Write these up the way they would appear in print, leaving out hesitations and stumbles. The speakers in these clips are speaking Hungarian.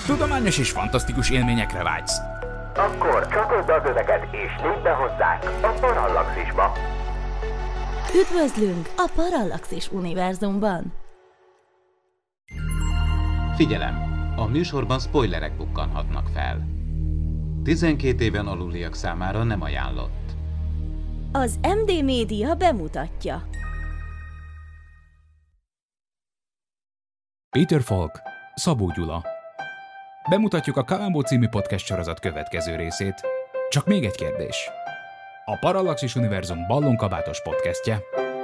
Tudományos és fantasztikus élményekre vágysz? Akkor csatold az öveket és lépj be hozzánk a Parallaxisba! Üdvözlünk a Parallaxis univerzumban! Figyelem! A műsorban spoilerek bukkanhatnak fel. 12 éven aluliak számára nem ajánlott. Az MD Média bemutatja. Peter Falk, Szabó Gyula. Bemutatjuk a Kalambó című podcast sorozat következő részét. Csak még egy kérdés. A Parallaxis univerzum ballonkabátos podcastje.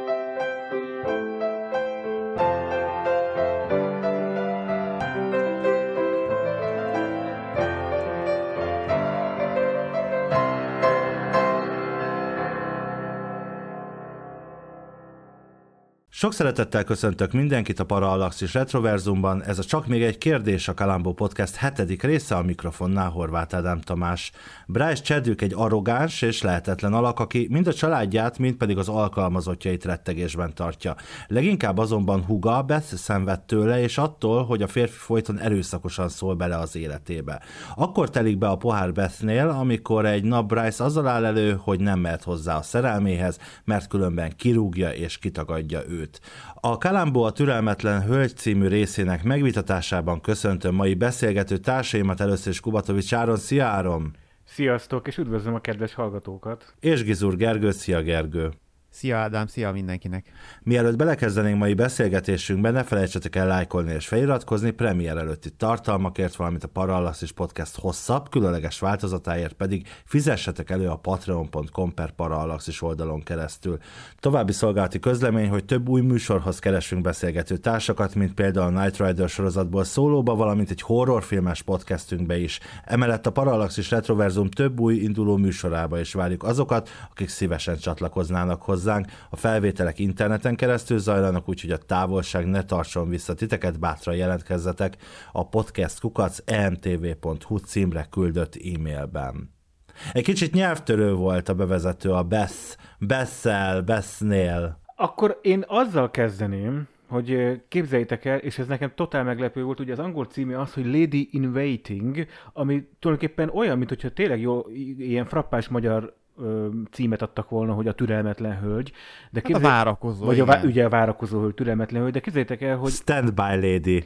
Sok szeretettel köszöntök mindenkit a Parallaxis Retroverzumban, ez a Csak még egy kérdés, a Kalambó Podcast 7. része, a mikrofonnál Horváth Ádám Tamás. Bryce Chadwick egy arrogáns és lehetetlen alak, aki mind a családját, mind pedig az alkalmazottjait rettegésben tartja. Leginkább azonban húga Beth szenved tőle, és attól, hogy a férfi folyton erőszakosan szól bele az életébe. Akkor telik be a pohár Bethnél, amikor egy nap Bryce azzal áll elő, hogy nem mehet hozzá a szerelméhez, mert különben kirúgja és kitagadja őt. A Kalambó a türelmetlen hölgy című részének megvitatásában köszöntöm mai beszélgető társaimat, először is Kubatovics Áron. Szia Áron! Sziasztok, és üdvözlöm a kedves hallgatókat! És Gizur Gergő. Szia Gergő! Szia Ádám, szia mindenkinek! Mielőtt belekezdenénk mai beszélgetésünkbe, ne felejtsetek el lájkolni és feliratkozni premier előtti tartalmakért, valamint a Parallaxis Podcast hosszabb, különleges változatáért pedig fizessetek elő a patreon.com/Parallaxis oldalon keresztül. További szolgálati közlemény, hogy több új műsorhoz keresünk beszélgető társakat, mint például a Knight Rider sorozatból szólóba, valamint egy horrorfilmes podcastünkbe is. Emellett a Parallaxis Retroverzum több új induló műsorába is várjuk azokat, akik szívesen csatlakoznának hozzá. A felvételek interneten keresztül zajlanak, úgyhogy a távolság ne tartson vissza titeket, bátran jelentkezzetek a podcast@emtv.hu címre küldött e-mailben. Egy kicsit nyelvtörő volt a bevezető a Bethnél. Akkor én azzal kezdeném, hogy képzeljétek el, és ez nekem totál meglepő volt, ugye az angol címe az, hogy Lady in Waiting, ami tulajdonképpen olyan, mintha tényleg jó, ilyen frappás magyar címet adtak volna, hogy a türelmetlen hölgy. De a várakozó. Vagy ugye a várakozó hölgy, türelmetlen hölgy, de képzeljétek el, hogy... Stand by lady.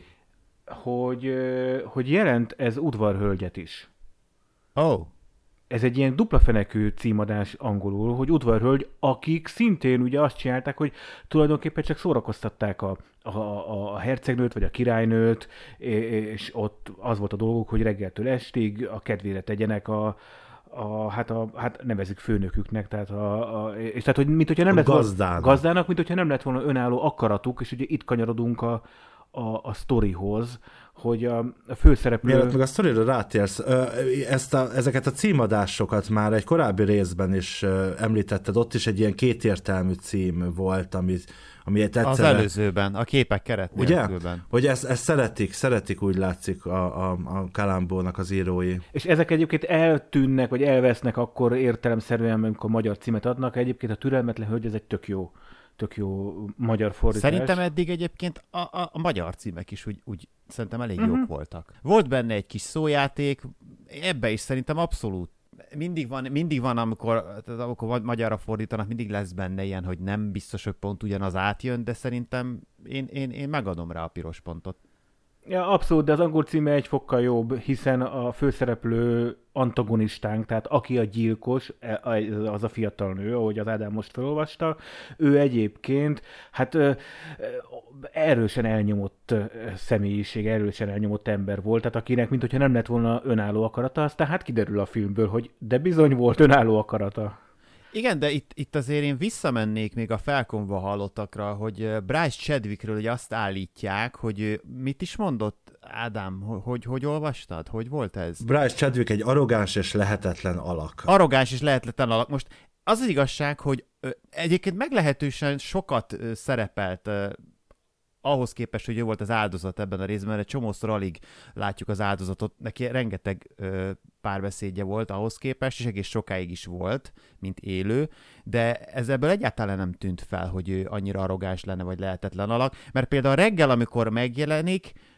Hogy jelent ez udvarhölgyet is. Oh. Ez egy ilyen dupla fenekű címadás angolul, hogy udvarhölgy, akik szintén ugye azt csinálták, hogy tulajdonképpen csak szórakoztatták a hercegnőt, vagy a királynőt, és ott az volt a dolguk, hogy reggeltől estig a kedvére tegyenek hát nevezik főnöküknek, tehát és tehát, hogy mint hogyha nem lett volna gazdának, mint hogyha nem lett volna önálló akaratuk, és ugye itt kanyarodunk a sztorihoz, hogy a főszereplő... Mielőtt meg a sztorira rátérsz, ezeket a címadásokat már egy korábbi részben is említetted, ott is egy ilyen kétértelmű cím volt, ami egyszerre... Az előzőben, a képek keret nélkülben. Ugye? Hogy ezt szeretik úgy látszik a Kalambónak az írói. És ezek egyébként eltűnnek, vagy elvesznek akkor értelemszerűen, amikor magyar címet adnak. Egyébként a türelmetlen hölgy, ez egy tök jó magyar fordítás. Szerintem eddig egyébként a magyar címek is úgy szerintem elég jók voltak. Volt benne egy kis szójáték, ebbe is szerintem abszolút. Mindig van, amikor magyarra fordítanak, mindig lesz benne ilyen, hogy nem biztos, hogy pont ugyanaz átjön, de szerintem én megadom rá a piros pontot. Ja, abszolút, de az angol címe egy fokkal jobb, hiszen a főszereplő antagonistánk, tehát aki a gyilkos, az a fiatal nő, ahogy az Ádám most felolvasta, ő egyébként, hát erősen elnyomott személyiség, erősen elnyomott ember volt, tehát akinek, mint hogyha nem lett volna önálló akarata, aztán hát kiderül a filmből, hogy de bizony volt önálló akarata. Igen, de itt azért én visszamennék még a felkonva hallottakra, hogy Bryce Chadwickről ugye azt állítják, hogy mit is mondott Ádám, hogy olvastad? Hogy volt ez? Bryce Chadwick egy arrogáns és lehetetlen alak. Arrogáns és lehetetlen alak. Most az az igazság, hogy egyébként meglehetősen sokat szerepelt ahhoz képest, hogy ő volt az áldozat ebben a részben, mert egy csomószor alig látjuk az áldozatot, neki rengeteg párbeszédje volt ahhoz képest, és egész sokáig is volt, mint élő, de ez ebből egyáltalán nem tűnt fel, hogy ő annyira arrogáns lenne, vagy lehetetlen alak, mert például reggel, amikor megjelenik,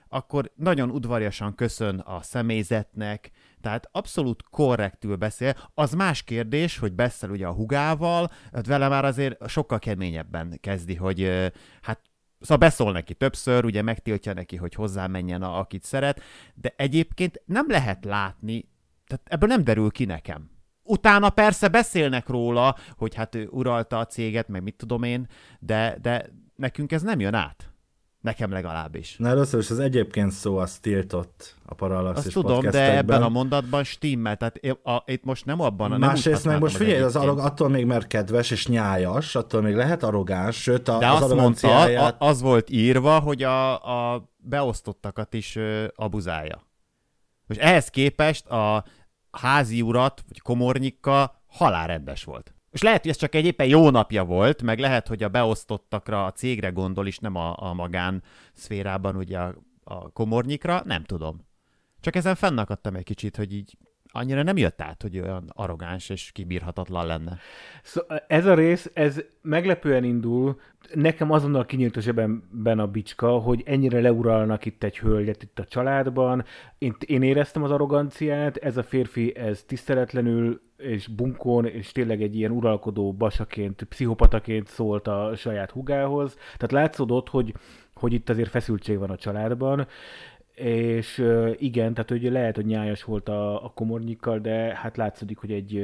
akkor nagyon udvariasan köszön a személyzetnek, tehát abszolút korrektül beszél. Az más kérdés, hogy beszél ugye a hugával, vele már azért sokkal keményebben kezdi, hogy hát szóval beszól neki többször, ugye megtiltja neki, hogy hozzámenjen, akit szeret, de egyébként nem lehet látni, tehát ebből nem derül ki nekem. Utána persze beszélnek róla, hogy hát ő uralta a céget, meg mit tudom én, de nekünk ez nem jön át. Nekem legalábbis. Na először is az egyébként szó az tiltott a Parallaxis podcastekben. Azt tudom, de ebben a mondatban stimmel, tehát itt most nem abban a... Másrészt meg most figyelj, attól még mert kedves és nyájas, attól még lehet arrogáns, sőt de az azt mondta, az volt írva, hogy a beosztottakat is abuzálja. Most ehhez képest a házi urat, vagy komornyikka halálrendes volt. És lehet, hogy ez csak egy éppen jó napja volt, meg lehet, hogy a beosztottakra, a cégre gondol, és nem a magán szférában ugye a komornyikra, nem tudom. Csak ezen fennakadtam egy kicsit, hogy így annyira nem jött át, hogy olyan arrogáns és kibírhatatlan lenne. Szóval ez a rész, ez meglepően indul. Nekem azonnal kinyílt a zsebemben a bicska, hogy ennyire leuralnak itt egy hölgyet itt a családban. Én éreztem az arroganciát, ez a férfi, ez tiszteletlenül és bunkón, és tényleg egy ilyen uralkodó basaként, pszichopataként szólt a saját húgához. Tehát látszódott, hogy itt azért feszültség van a családban, és igen, tehát ugye lehet, hogy nyájas volt a komornyikkal, de hát látszódik,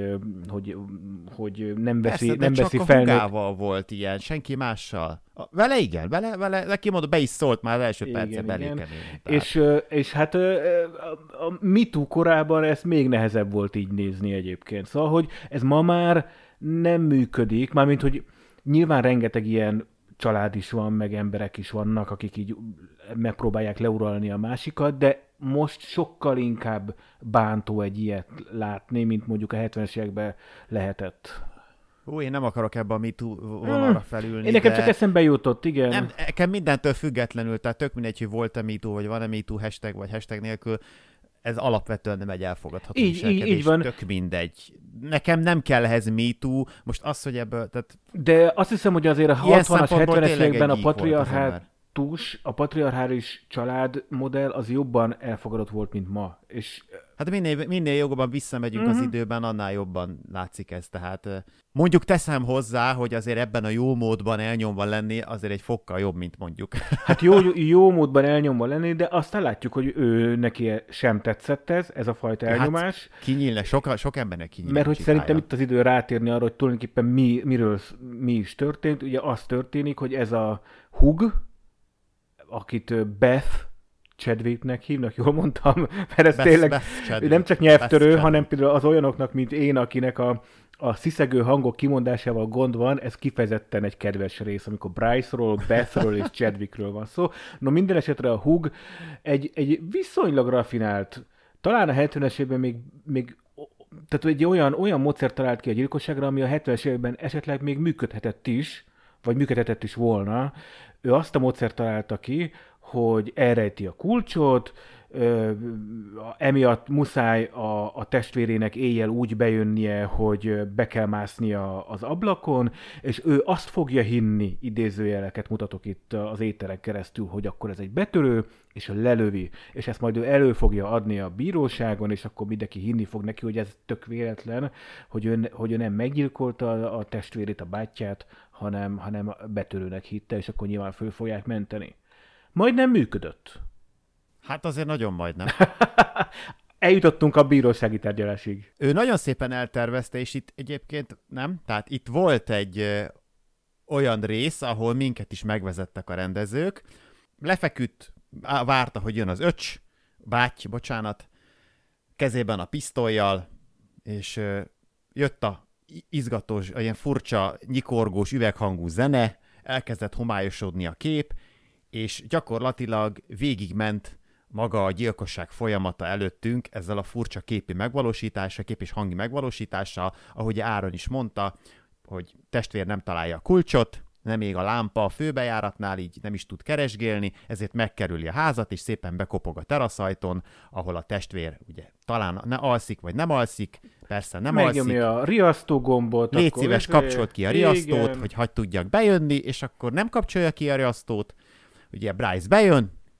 hogy nem veszi, persze, nem veszi csak fel. A hugával volt ilyen, senki mással. Vele igen, vele neki mondom, be is szólt már az első percben belépni. És hát a MeToo korában ez még nehezebb volt így nézni egyébként. Szóval, hogy ez ma már nem működik, mármint, hogy nyilván rengeteg ilyen család is van, meg emberek is vannak, akik így megpróbálják leuralni a másikat, de most sokkal inkább bántó egy ilyet látni, mint mondjuk a 70-es években lehetett. Én nem akarok ebbe a MeToo vonalra felülni. Én nekem csak eszembe jutott, igen. Nem, nekem mindentől függetlenül, tehát tök mindegy, hogy volt-e MeToo, vagy van-e MeToo hashtag, vagy hashtag nélkül, ez alapvetően nem egy elfogadható viselkedés, így van. Tök mindegy. Nekem nem kell ehhez MeToo, most az, hogy ebből... Tehát... De azt hiszem, hogy azért a 60-as, 70-es években a patriarchális családmodell az jobban elfogadott volt, mint ma. És... Hát minél jobban visszamegyünk az időben, annál jobban látszik ez. Tehát mondjuk teszem hozzá, hogy azért ebben a jó módban elnyomva lenni azért egy fokkal jobb, mint mondjuk. Hát jó módban elnyomva lenni, de aztán látjuk, hogy ő neki sem tetszett ez a fajta elnyomás. Hát kinyílne, sok embernek kinyílne. Mert hogy szerintem itt az idő rátérni arra, hogy tulajdonképpen mi is történt. Ugye az történik, hogy ez a hug, akit Beth Chadwicknek hívnak, jól mondtam, mert ez tényleg nem csak nyelvtörő, hanem például az olyanoknak, mint én, akinek a sziszegő hangok kimondásával gond van, ez kifejezetten egy kedves rész, amikor Bryce-ról, Bethről és Chadwickről van szó. No, minden esetre a hug egy viszonylag rafinált, talán a 70-es évben még tehát egy olyan módszer talált ki a gyilkosságra, ami a 70-es években esetleg még működhetett is volna. Ő azt a módszert találta ki, hogy elrejti a kulcsot, emiatt muszáj a testvérének éjjel úgy bejönnie, hogy be kell másznia az ablakon, és ő azt fogja hinni, idézőjeleket mutatok itt az éteren keresztül, hogy akkor ez egy betörő, és lelövi, és ezt majd ő elő fogja adni a bíróságon, és akkor mindenki hinni fog neki, hogy ez tök véletlen, hogy ő nem meggyilkolta a testvérét, a bátyját, hanem betörőnek hitte, és akkor nyilván föl fogják menteni. Majdnem működött. Hát azért nagyon majdnem. Eljutottunk a bírósági tárgyalásig. Ő nagyon szépen eltervezte, és itt egyébként nem. Tehát itt volt egy olyan rész, ahol minket is megvezettek a rendezők. Lefeküdt, várta, hogy jön az báty, kezében a pisztollyal, és jött a izgatós, ilyen furcsa, nyikorgós, üveghangú zene, elkezdett homályosodni a kép, és gyakorlatilag végigment maga a gyilkosság folyamata előttünk ezzel a furcsa képi megvalósítással, kép és hangi megvalósítással, ahogy Áron is mondta, hogy testvér nem találja a kulcsot, nem ég a lámpa a főbejáratnál, így nem is tud keresgélni, ezért megkerüli a házat, és szépen bekopog a teraszajton, ahol a testvér ugye talán alszik, vagy nem alszik, persze nem alszik. Megnyomja a riasztógombot. Légy szíves, kapcsolt ki a riasztót, igen, hogy hadd tudjak bejönni, és akkor nem kapcsolja ki a riasztót. Ugye Bryce bejön,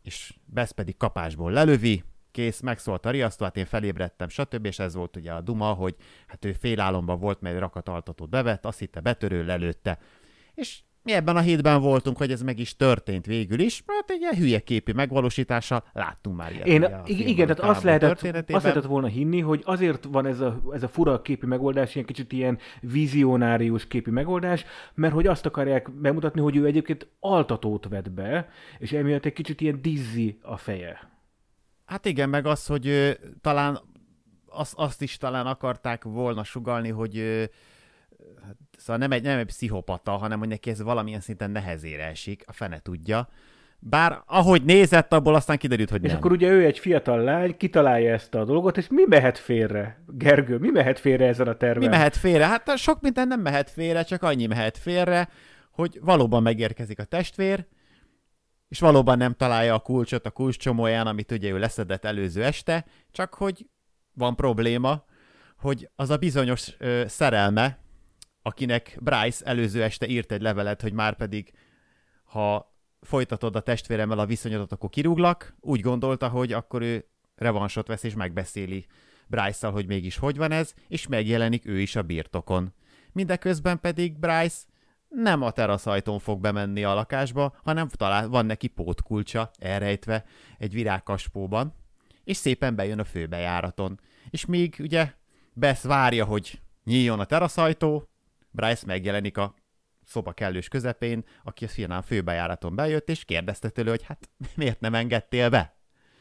és Bess pedig kapásból lelövi, kész, megszólt a riasztó, hát én felébredtem, stb. És ez volt ugye a duma, hogy hát ő félálomban volt, mert rakataltatót bevett, azt hitte betörő, lelőtte. És mi ebben a hétben voltunk, hogy ez meg is történt végül is, mert egy ilyen hülye képi megvalósítása, láttunk már ilyet. Igen, tehát azt lehetett volna hinni, hogy azért van ez a fura képi megoldás, ilyen kicsit ilyen vizionárius képi megoldás, mert hogy azt akarják bemutatni, hogy ő egyébként altatót vett be, és emiatt egy kicsit ilyen dizzy a feje. Hát igen, meg az, hogy talán azt is talán akarták volna sugallni, hogy szóval nem egy pszichopata, hanem hogy neki ez valamilyen szinten nehezére esik, a fene tudja. Bár ahogy nézett, abból aztán kiderült, hogy nem. És akkor ugye ő egy fiatal lány, kitalálja ezt a dolgot, és mi mehet félre? Gergő, mi mehet félre ezen a terven? Mi mehet félre? Hát sok minden nem mehet félre, csak annyi mehet félre, hogy valóban megérkezik a testvér, és valóban nem találja a kulcsot a kulcscsomóján, amit ugye ő leszedett előző este, csak hogy van probléma, hogy az a bizonyos szerelme, akinek Bryce előző este írt egy levelet, hogy már pedig, ha folytatod a testvéremmel a viszonyodat, akkor kirúglak, úgy gondolta, hogy akkor ő revansot vesz és megbeszéli Bryce-szal, hogy mégis hogy van ez, és megjelenik ő is a birtokon. Mindeközben pedig Bryce nem a teraszajtón fog bemenni a lakásba, hanem van neki pótkulcsa elrejtve egy virágkaspóban, és szépen bejön a főbejáraton. És míg ugye Bess várja, hogy nyíljon a teraszajtó, Bryce megjelenik a szoba kellős közepén, aki a főbejáraton bejött, és kérdezte tőle, hogy hát miért nem engedtél be?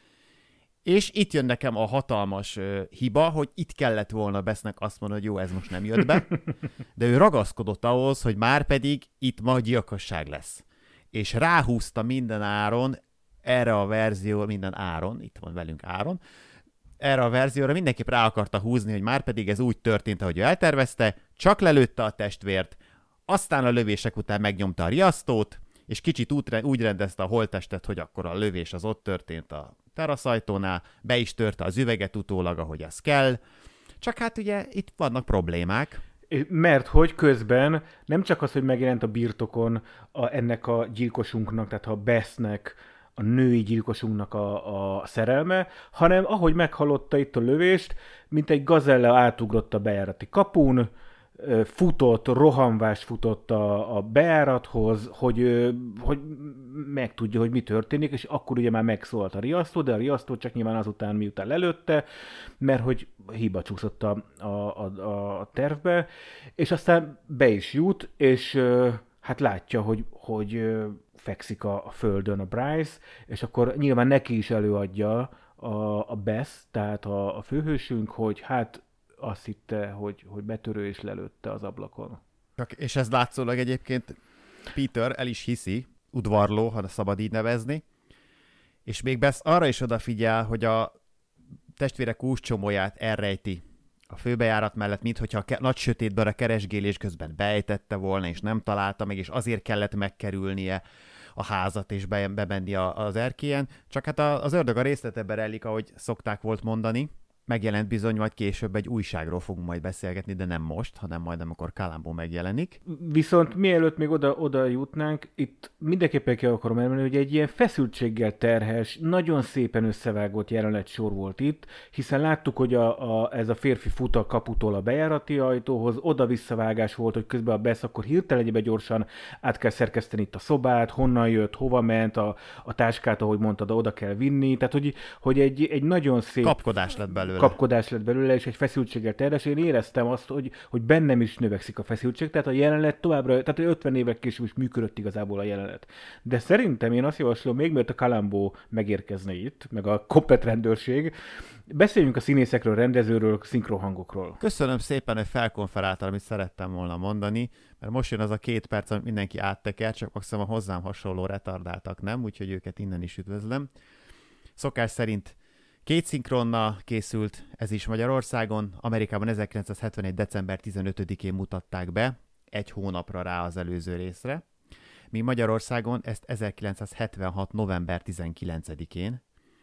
És itt jön nekem a hatalmas hiba, hogy itt kellett volna Bessnek azt mondani, hogy jó, ez most nem jött be, de ő ragaszkodott ahhoz, hogy már pedig itt ma gyilkosság lesz. És ráhúzta minden áron, erre a verzió, minden áron, itt van velünk Áron, erre a verzióra mindenképp rá akarta húzni, hogy már pedig ez úgy történt, ahogy ő eltervezte, csak lelőtte a testvért, aztán a lövések után megnyomta a riasztót, és kicsit úgy rendezte a holttestet, hogy akkor a lövés az ott történt a teraszajtónál, be is törte az üveget utólag, ahogy az kell. Csak hát ugye itt vannak problémák. Mert hogy közben nem csak az, hogy megjelent a birtokon ennek a gyilkosunknak, tehát a Bessnek, a női gyilkosunknak a szerelme, hanem ahogy meghallotta itt a lövést, mint egy gazella átugrott a bejárati kapun, rohanvás futott a bejárathoz, hogy megtudja, hogy mi történik, és akkor ugye már megszólalt a riasztó, de a riasztó csak nyilván azután, miután lelőtte, mert hogy hiba csúszott a tervbe, és aztán be is jut, és hát látja, hogy fekszik a földön a Bryce, és akkor nyilván neki is előadja a Bess, tehát a főhősünk, hogy hát azt hitte, hogy betörő és lelőtte az ablakon. És ez látszólag egyébként Peter el is hiszi, udvarló, ha szabad így nevezni, és még Bess arra is odafigyel, hogy a testvére kulcscsomóját elrejti a főbejárat mellett, minthogyha a nagy sötétben a keresgélés közben beejtette volna, és nem találta meg, és azért kellett megkerülnie a házat, és bemenni az erkélyen. Csak hát az ördög a részletebe rejlik, ahogy szokták volt mondani. Megjelent bizony, majd később egy újságról fogunk majd beszélgetni, de nem most, hanem majd amikor Columbo megjelenik. Viszont mielőtt még oda jutnánk, itt mindenképpen kell akarom elmenni, hogy egy ilyen feszültséggel terhes, nagyon szépen összevágott jelenet-sor volt itt, hiszen láttuk, hogy ez a férfi fut a kaputól a bejárati ajtóhoz, oda-visszavágás volt, hogy közben a Bess akkor hirtelen gyorsan át kell szerkeszteni itt a szobát, honnan jött, hova ment, a táskát, ahogy mondtad, oda kell vinni, tehát hogy egy nagyon szép... Kapkodás lett belőle, és egy feszültséggel terhes. Én éreztem azt, hogy bennem is növekszik a feszültség, tehát a jelenet továbbra, tehát 50 évek később is működött igazából a jelenet. De szerintem én azt javaslom, még mielőtt a Columbo megérkezne itt, meg a komplet rendőrség, beszéljünk a színészekről, rendezőről, szinkronhangokról. Köszönöm szépen, hogy felkonferáltál, amit szerettem volna mondani, mert most jön az a 2 perc, amit mindenki átteker, csak maximum a hozzám hasonló retardáltak, nem? Úgyhogy őket innen is üdvözlöm. Szokás szerint 2 szinkronnal készült ez is Magyarországon. Amerikában 1971. december 15-én mutatták be, 1 hónapra rá az előző részre. Míg Magyarországon ezt 1976. november 19-én,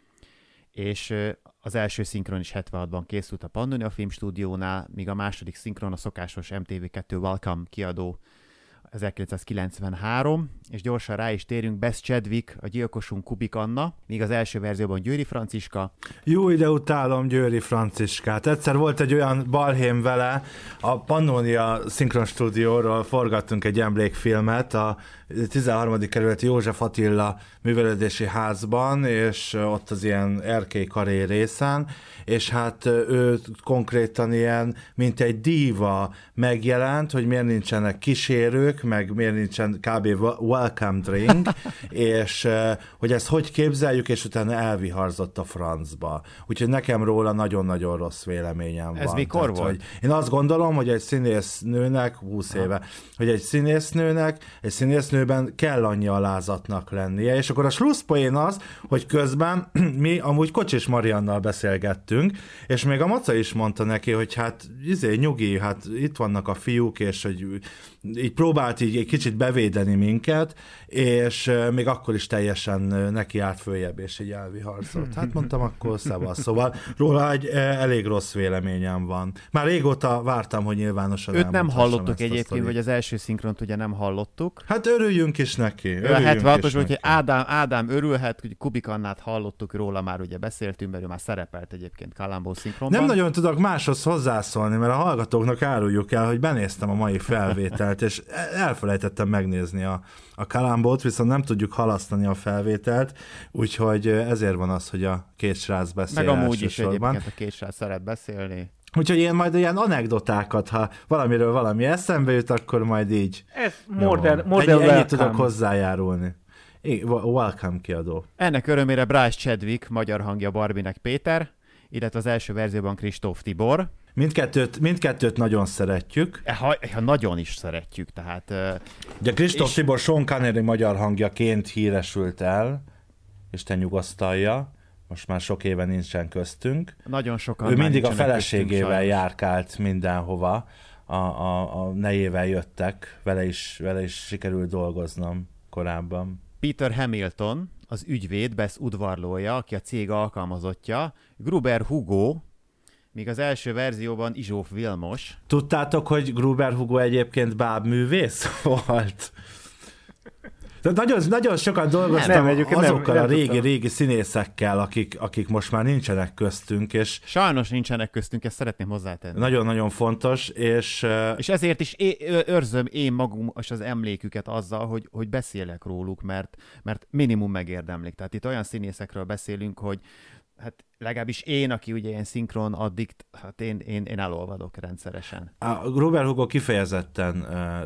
és az első szinkron is 76-ban készült a Pannonia Filmstúdiónál, míg a második szinkron a szokásos MTV2 Welcome kiadó 1993, és gyorsan rá is térünk, Bess Chadwick, a gyilkosunk Kubik Anna, míg az első verzióban Győri Franciska. Jó, ide utálom Győri Franciskát. Egyszer volt egy olyan balhém vele, a Pannonia Szinkron Stúdióról forgattunk egy emlékfilmet, a 13. kerületi József Attila művelődési házban, és ott az ilyen erkély karé részen, és hát ő konkrétan ilyen, mint egy díva megjelent, hogy miért nincsenek kísérők, meg miért nincsen kb. Welcome drink, és hogy ezt hogy képzeljük, és utána elviharzott a francba. Úgyhogy nekem róla nagyon-nagyon rossz véleményem van. Ez mikor volt? Hogy én azt gondolom, hogy egy színésznőnek, 20 éve, hogy egy színésznőben kell annyi alázatnak lennie, és akkor a slusszpoén az, hogy közben mi amúgy Kocsis Mariannal beszélgettünk, és még a Maca is mondta neki, hogy hát nyugi, hát itt vannak a fiúk, és hogy így próbált így egy kicsit bevédeni minket, és még akkor is teljesen neki állt följebb, és így elviharzott. Hát mondtam, akkor szevasz. Szóval róla egy elég rossz véleményem van. Már régóta vártam, hogy nyilvánosan őt nem hallottuk egyébként, vagy az első szinkront ugye nem hallottuk. Hát örüljünk is neki. Ő a 76-os, hogy Ádám örülhet, hogy Kubik Annát hallottuk róla, már ugye beszéltünk, mert ő már szerepelt egyébként Kalambó szinkronban. Nem nagyon tudok máshoz hozzászólni, mert a hallgatóknak áruljuk el, hogy benéztem a mai felvételt, és elfelejtettem megnézni a Kalambót, viszont nem tudjuk halasztani a felvételt, úgyhogy ezért van az, hogy a két srác beszél. Meg amúgy is egyébként a két srác szeret beszélni. Úgyhogy én majd ilyen anekdotákat, ha valamiről valami eszembe jut, akkor majd így. Ez modern ennyit tudok hozzájárulni. Welcome kiadó. Ennek örömére Bryce Chadwick, magyar hangja Barbinek Péter, illetve az első verzióban Kristóf Tibor. Mindkettőt nagyon szeretjük. Ha nagyon is szeretjük, tehát... Ugye Kristóf Tibor Sean Connery magyar hangjaként híresült el, Isten nyugasztalja, most már sok éve nincsen köztünk. Nagyon sokan ő mindig a feleségével járkált mindenhova, a nejével jöttek, vele is sikerült dolgoznom korábban. Peter Hamilton, az ügyvéd, Bess udvarlója, aki a cég alkalmazottja, Gruber Hugo, míg az első verzióban Izsóf Vilmos. Tudtátok, hogy Gruber Hugo egyébként bábművész volt? Nagyon sokat dolgoztam azokkal a régi színészekkel, akik most már nincsenek köztünk. És sajnos nincsenek köztünk, ezt szeretném hozzátenni. Nagyon-nagyon fontos, és ezért is őrzöm én magam és az emléküket azzal, hogy beszélek róluk, mert minimum megérdemlik. Tehát itt olyan színészekről beszélünk, hogy hát legalábbis én, aki ugye ilyen szinkron addikt, hát én elolvadok rendszeresen. A Gruber Hugo kifejezetten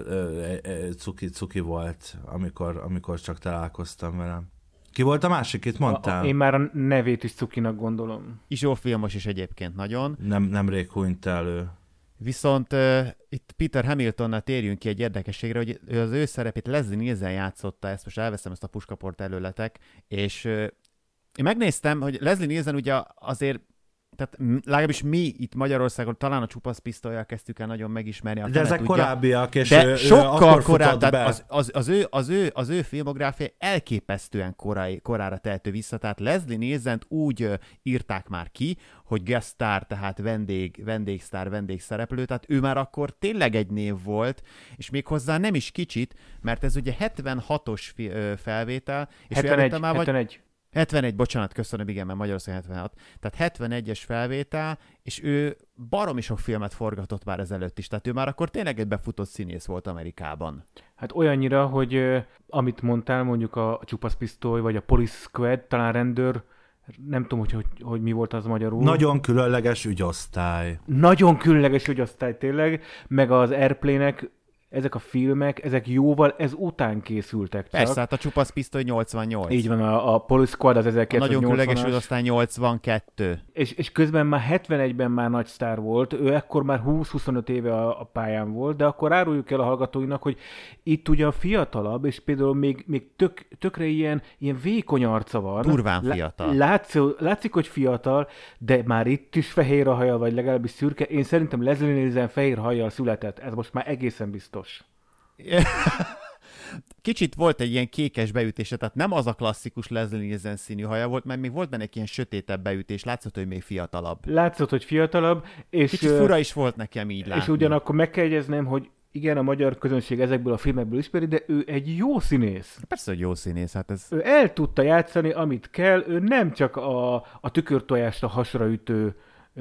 cuki volt, amikor csak találkoztam velem. Ki volt a másik, itt mondtál? Én már a nevét is cukinak gondolom. Izsóf Vilmos is egyébként nagyon. Nemrég hunyt elő. Viszont itt Peter Hamiltonnal térjünk ki egy érdekességre, hogy az ő szerepét Leslie Nielsen játszotta, ezt most elveszem ezt a puskaport előletek, és én megnéztem, hogy Leslie Nielsen ugye azért, tehát legalábbis mi itt Magyarországon talán a Csupasz pisztollyal kezdtük el nagyon megismerni. De ezek korábbiak, és de sokkal korábban. Az ő filmográfia elképesztően korára tehető vissza, tehát Leslie Nielsent úgy írták már ki, hogy guest star, tehát vendégszereplő, tehát ő már akkor tényleg egy név volt, és méghozzá nem is kicsit, mert ez ugye 76-os felvétel, és 71, bocsánat, köszönöm, igen, mert Magyarország 76. Tehát 71-es felvétel, és ő baromi sok filmet forgatott már ezelőtt is, tehát ő már akkor tényleg egy befutott színész volt Amerikában. Hát olyannyira, hogy amit mondtál, mondjuk a Csupasz pisztoly, vagy a Police Squad, talán rendőr, nem tudom, hogy mi volt az magyarul. Nagyon különleges ügyosztály. Nagyon különleges ügyosztály, tényleg, meg az Airplane-nek, ezek a filmek, ezek jóval ezután készültek csak. Persze, hát a Csupasz pisztoly 88. Így van, a Police Squad az 1980-as. Nagyon különleges, hogy aztán 82. És közben már 71-ben már nagy sztár volt, ő ekkor már 20-25 éve a pályán volt, de akkor áruljuk el a hallgatóinak, hogy itt ugyan fiatalabb, és például még tökre ilyen vékony arca van. Durván fiatal. Látszik, hogy fiatal, de már itt is fehér a haja, vagy legalábbis szürke. Én szerintem Leslie Nielsen fehér hajjal született, ez most már egészen biztos. Kicsit volt egy ilyen kékes beütése, tehát nem az a klasszikus Leslie Nielsen színű haja volt, mert még volt benne egy ilyen sötétebb beütés, látszott, hogy még fiatalabb. Látszott, hogy fiatalabb, és kicsit fura is volt nekem így látni. És ugyanakkor meg kell jegyeznem, hogy igen, a magyar közönség ezekből a filmekből ismeri, de ő egy jó színész. Persze, hogy jó színész, hát ez... Ő el tudta játszani, amit kell, ő nem csak a tükörtojást a hasra ütő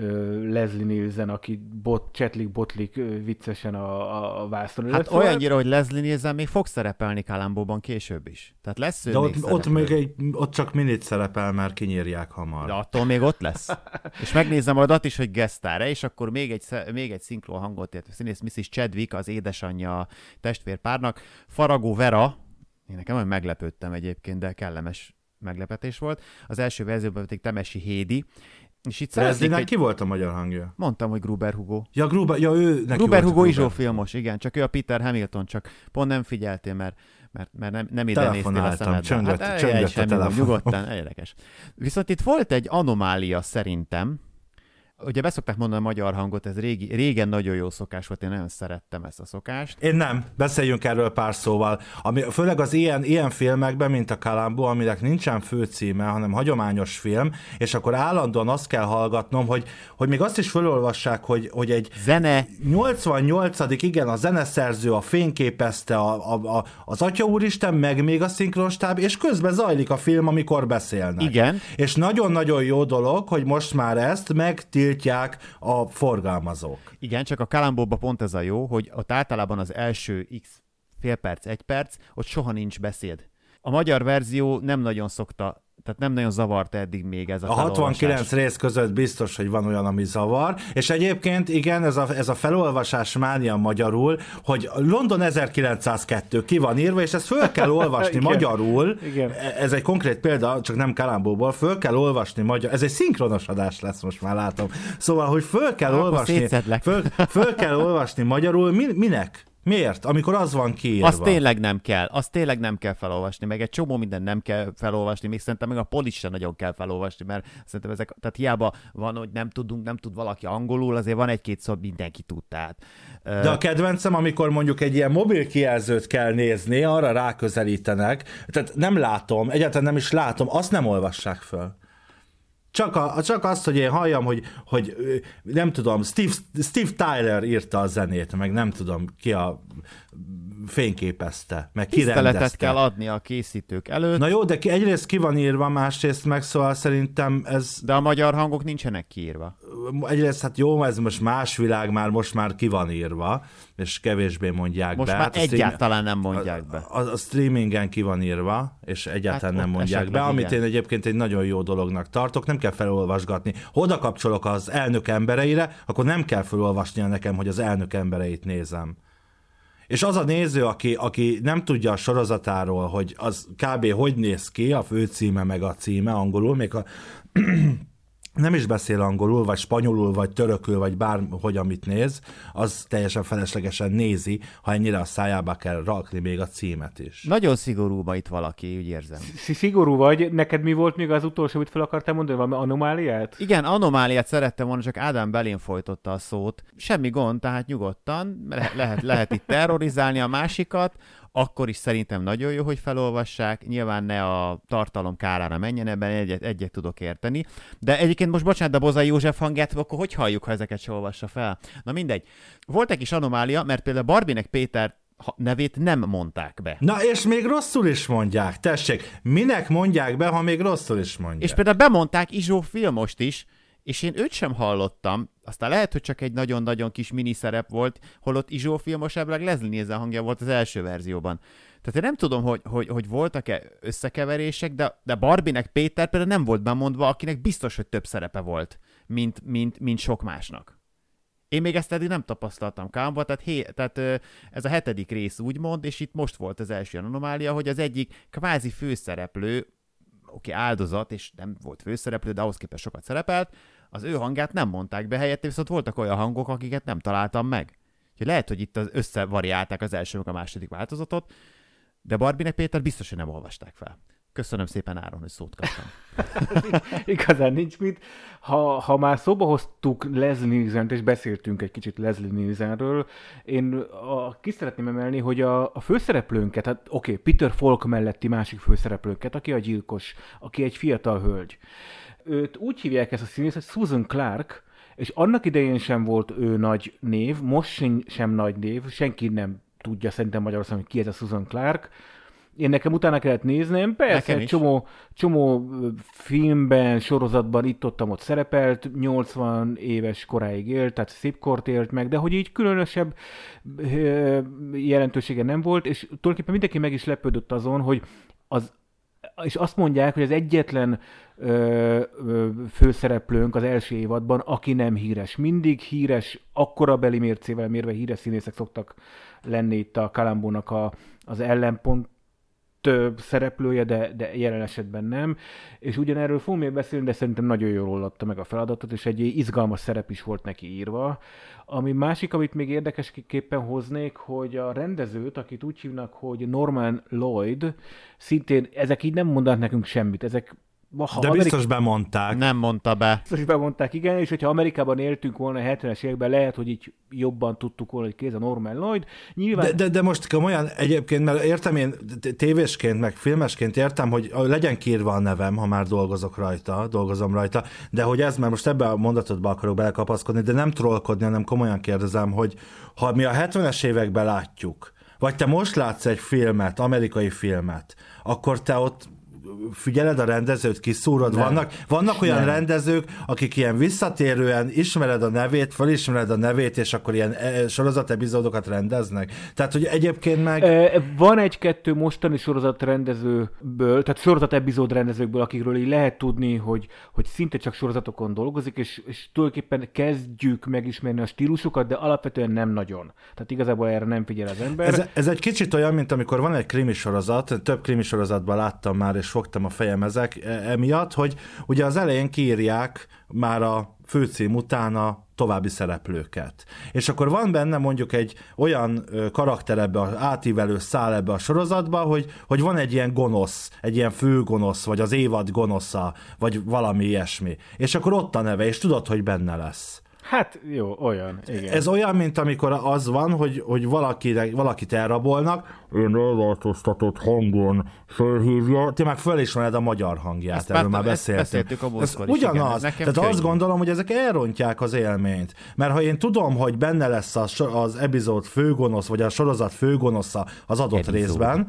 Leslie Nielsen, aki csetlik, botlik viccesen a vászon. Hát olyannyira, hogy Leslie Nielsen még fog szerepelni Columbo-ban később is. Tehát lesz ő de még ott csak minit szerepel, már kinyírják hamar. De attól még ott lesz. És megnézem odat is, hogy guest-star-e, és akkor még egy szinkron hangot ért színész Mrs. Chadwick, az édesanyja a testvérpárnak. Faragó Vera, én nekem olyan meglepődtem egyébként, de kellemes meglepetés volt. Az első verzióban pedig Temesi Hédi. És itt Leslie-nek ki volt a magyar hangja? Mondtam, hogy Gruber Hugo. Ja, ő neki Gruber volt Hugo Izsó filmos, igen, csak ő a Peter Hamilton, csak pont nem figyeltél, mert nem ide néztél a szemedbe. Hát csöngött a telefon. Nyugodtan, érdekes. Viszont itt volt egy anomália szerintem. Ugye beszokták mondani a magyar hangot, ez régen nagyon jó szokás volt, én nagyon szerettem ezt a szokást. Én nem, beszéljünk erről pár szóval. Főleg az ilyen filmekben, mint a Columbo, aminek nincsen főcíme, hanem hagyományos film, és akkor állandóan azt kell hallgatnom, hogy még azt is felolvassák, hogy egy zene. 88. igen, a zeneszerző, a fényképezte, az Atya Úristen, meg még a szinkronstáb, és közben zajlik a film, amikor beszélnek. Igen. És nagyon-nagyon jó dolog, hogy most már ezt megtiltják a forgalmazók. Igen, csak a Columbo-ban pont ez a jó, hogy ott általában az első x fél perc, egy perc, ott soha nincs beszéd. A magyar verzió nem nagyon szokta, tehát nem nagyon zavarta eddig még ez a felolvasás. 69 rész között biztos, hogy van olyan, ami zavar, és egyébként igen, ez a felolvasás mánia magyarul, hogy London 1902 ki van írva, és ezt föl kell olvasni magyarul, igen. Ez egy konkrét példa, csak nem Columbo-ból, föl kell olvasni magyarul, ez egy szinkronos adás lesz, most már látom. Szóval, hogy föl kell olvasni, föl kell olvasni magyarul, minek? Miért? Amikor az van kiírva. Azt tényleg nem kell felolvasni, meg egy csomó minden nem kell felolvasni, még szerintem meg a polis sem nagyon kell felolvasni, mert szerintem ezek, tehát hiába van, hogy nem tud valaki angolul, azért van egy-két szó, mindenki tud, tehát. De a kedvencem, amikor mondjuk egy ilyen mobil kijelzőt kell nézni, arra ráközelítenek, tehát nem látom, egyáltalán nem is látom, azt nem olvassák föl. Csak azt, hogy én halljam, hogy nem tudom, Steve Tyler írta a zenét, meg nem tudom, ki a fényképezte, meg ki rendezte. Tiszteletet kell adni a készítők előtt. Na jó, de egyrészt ki van írva, másrészt meg szóval szerintem ez... De a magyar hangok nincsenek kiírva. Egyrészt hát jó, ez most más világ, most már ki van írva, és kevésbé mondják most be. Most már egyáltalán nem mondják be. A streamingen ki van írva, és egyáltalán nem mondják be, amit én egyébként egy nagyon jó dolognak tartok, nem kell felolvasgatni. Ha oda kapcsolok az elnök embereire, akkor nem kell felolvasnia nekem, hogy az elnök embereit nézem. És az a néző, aki nem tudja a sorozatáról, hogy az kb. Hogy néz ki, a főcíme meg a címe angolul, még nem is beszél angolul, vagy spanyolul, vagy törökül, vagy bárhogy amit néz, az teljesen feleslegesen nézi, ha ennyire a szájába kell rakni még a címet is. Nagyon szigorú ma itt valaki, úgy érzem. Szigorú vagy? Neked mi volt még az utolsó, amit fel akartál mondani? Valami anomáliát? Igen, anomáliát szerettem volna, csak Ádám belén folytotta a szót. Semmi gond, tehát nyugodtan, lehet itt terrorizálni a másikat, akkor is szerintem nagyon jó, hogy felolvassák, nyilván ne a tartalom kárára menjen, ebben egyet tudok érteni. De egyébként most bocsánat, de Bozai József hangját, akkor hogy halljuk, ha ezeket se olvassa fel? Na mindegy. Volt egy kis anomália, mert például Barbinek Péter nevét nem mondták be. Na és még rosszul is mondják, tessék. Minek mondják be, ha még rosszul is mondják? És például bemondták Izsó Filmost is, és én őt sem hallottam, aztán lehet, hogy csak egy nagyon-nagyon kis miniszerep volt, holott Izsó Filmos ebből Leslie Nielsen hangja volt az első verzióban. Tehát én nem tudom, hogy voltak-e összekeverések, de Barbinek Péter például nem volt bemondva, akinek biztos, hogy több szerepe volt, mint sok másnak. Én még ezt eddig nem tapasztaltam Columbo, tehát ez a 7. rész úgymond, és itt most volt az első anomália, hogy az egyik kvázi főszereplő, áldozat, és nem volt főszereplő, de ahhoz képest sokat szerepelt, az ő hangját nem mondták be helyette, viszont voltak olyan hangok, akiket nem találtam meg. Úgyhogy lehet, hogy itt összevariálták az első meg a második változatot, de Barbinek Péter biztos, hogy nem olvasták fel. Köszönöm szépen, Áron, hogy szót kaptam. Igazán nincs mit. Ha már szóba hoztuk Leslie Nielsent, és beszéltünk egy kicsit Leslie Nielsenről, én ki szeretném emelni, hogy a főszereplőnket, hát Peter Falk melletti másik főszereplőnket, aki a gyilkos, aki egy fiatal hölgy. Őt úgy hívják ezt a színész, hogy Susan Clark, és annak idején sem volt ő nagy név, most sem nagy név, senki nem tudja szerintem Magyarországon, hogy ki ez a Susan Clark. Én nekem utána kellett néznem, persze csomó filmben, sorozatban itt-ott szerepelt, 80 éves koráig élt, tehát szép kort élt meg, de hogy így különösebb jelentősége nem volt, és tulajdonképpen mindenki meg is lepődött azon, hogy és azt mondják, hogy az egyetlen főszereplőnk az első évadban, aki nem híres. Mindig híres, akkora beli mércével mérve híres színészek szoktak lenni itt a Columbo-nak az ellenpont szereplője, de jelen esetben nem. És ugyanerről fogunk még beszélni, de szerintem nagyon jól adta meg a feladatot, és egy izgalmas szerep is volt neki írva. Ami másik, amit még érdekesképpen hoznék, hogy a rendezőt, akit úgy hívnak, hogy Norman Lloyd, szintén ezek így nem mondanak nekünk semmit. Ezek de biztos bemondták. Nem mondta be. Biztos bemondták, igen, és hogyha Amerikában éltünk volna a 70-es években, lehet, hogy így jobban tudtuk volna, hogy ki ez a Norman Lloyd. Nyilván... De most komolyan egyébként, mert értem én tévésként, meg filmesként értem, hogy legyen kiírva a nevem, ha már dolgozom rajta, de hogy ez, mert most ebbe a mondatodba akarok belekapaszkodni, de nem trollkodni, hanem komolyan kérdezem, hogy ha mi a 70-es években látjuk, vagy te most látsz egy filmet, amerikai filmet, akkor te ott figyeled a rendezőt, kiszúrod. Vannak olyan rendezők, akik ilyen visszatérően ismered a nevét, felismered a nevét, és akkor ilyen sorozat epizódokat rendeznek. Tehát, hogy egyébként meg... Van egy-kettő mostani sorozat rendezőből, tehát sorozat epizód rendezőkből, akikről így lehet tudni, hogy szinte csak sorozatokon dolgozik, és tulajdonképpen kezdjük megismerni a stílusokat, de alapvetően nem nagyon. Tehát igazából erre nem figyel az ember. Ez egy kicsit olyan, mint amikor van egy krimi sorozat, több krimi sorozatban láttam már, és fogtam a fejem emiatt, hogy ugye az elején kiírják már a főcím után a további szereplőket. És akkor van benne mondjuk egy olyan karakter ebbe, átívelő szál ebbe a sorozatba, hogy van egy ilyen gonosz, egy ilyen főgonosz, vagy az évad gonosza, vagy valami ilyesmi. És akkor ott a neve, és tudod, hogy benne lesz. Hát jó, olyan, igen. Ez olyan, mint amikor az van, hogy valakit elrabolnak, én elváltoztatott hangon fölhívja, ti meg fölismered a magyar hangját, erről már beszéltük a múltkor is. Ugyanaz. Tehát azt gondolom, hogy ezek elrontják az élményt. Mert ha én tudom, hogy benne lesz az epizód főgonosz, vagy a sorozat főgonosza az adott részben,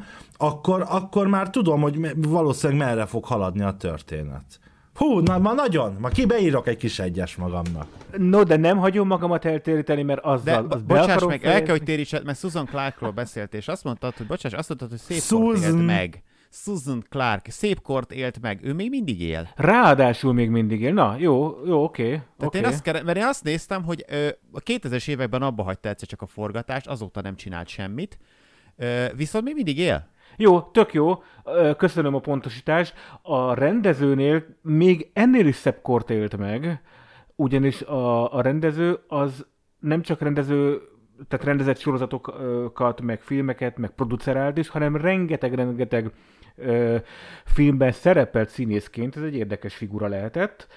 akkor már tudom, hogy valószínűleg merre fog haladni a történet. Hú, ma kibeírok egy kis egyes magamnak. No, de nem hagyom magamat eltéríteni, mert azzal... Bocsáss meg, el kell, hogy térítsed, mert Susan Clarkról beszélt, és azt mondtad, hogy szép kort élt meg. Susan Clark, szép kort élt meg. Ő még mindig él. Ráadásul még mindig él. Na, jó, oké. Mert én azt néztem, hogy a 2000-es években abba hagyta egyszer csak a forgatást, azóta nem csinált semmit, viszont még mindig él. Jó, tök jó, köszönöm a pontosítást. A rendezőnél még ennél is szebb kort élt meg, ugyanis a rendező az nem csak tehát rendezett sorozatokat, meg filmeket, meg producerált is, hanem rengeteg filmben szerepelt színészként, ez egy érdekes figura lehetett,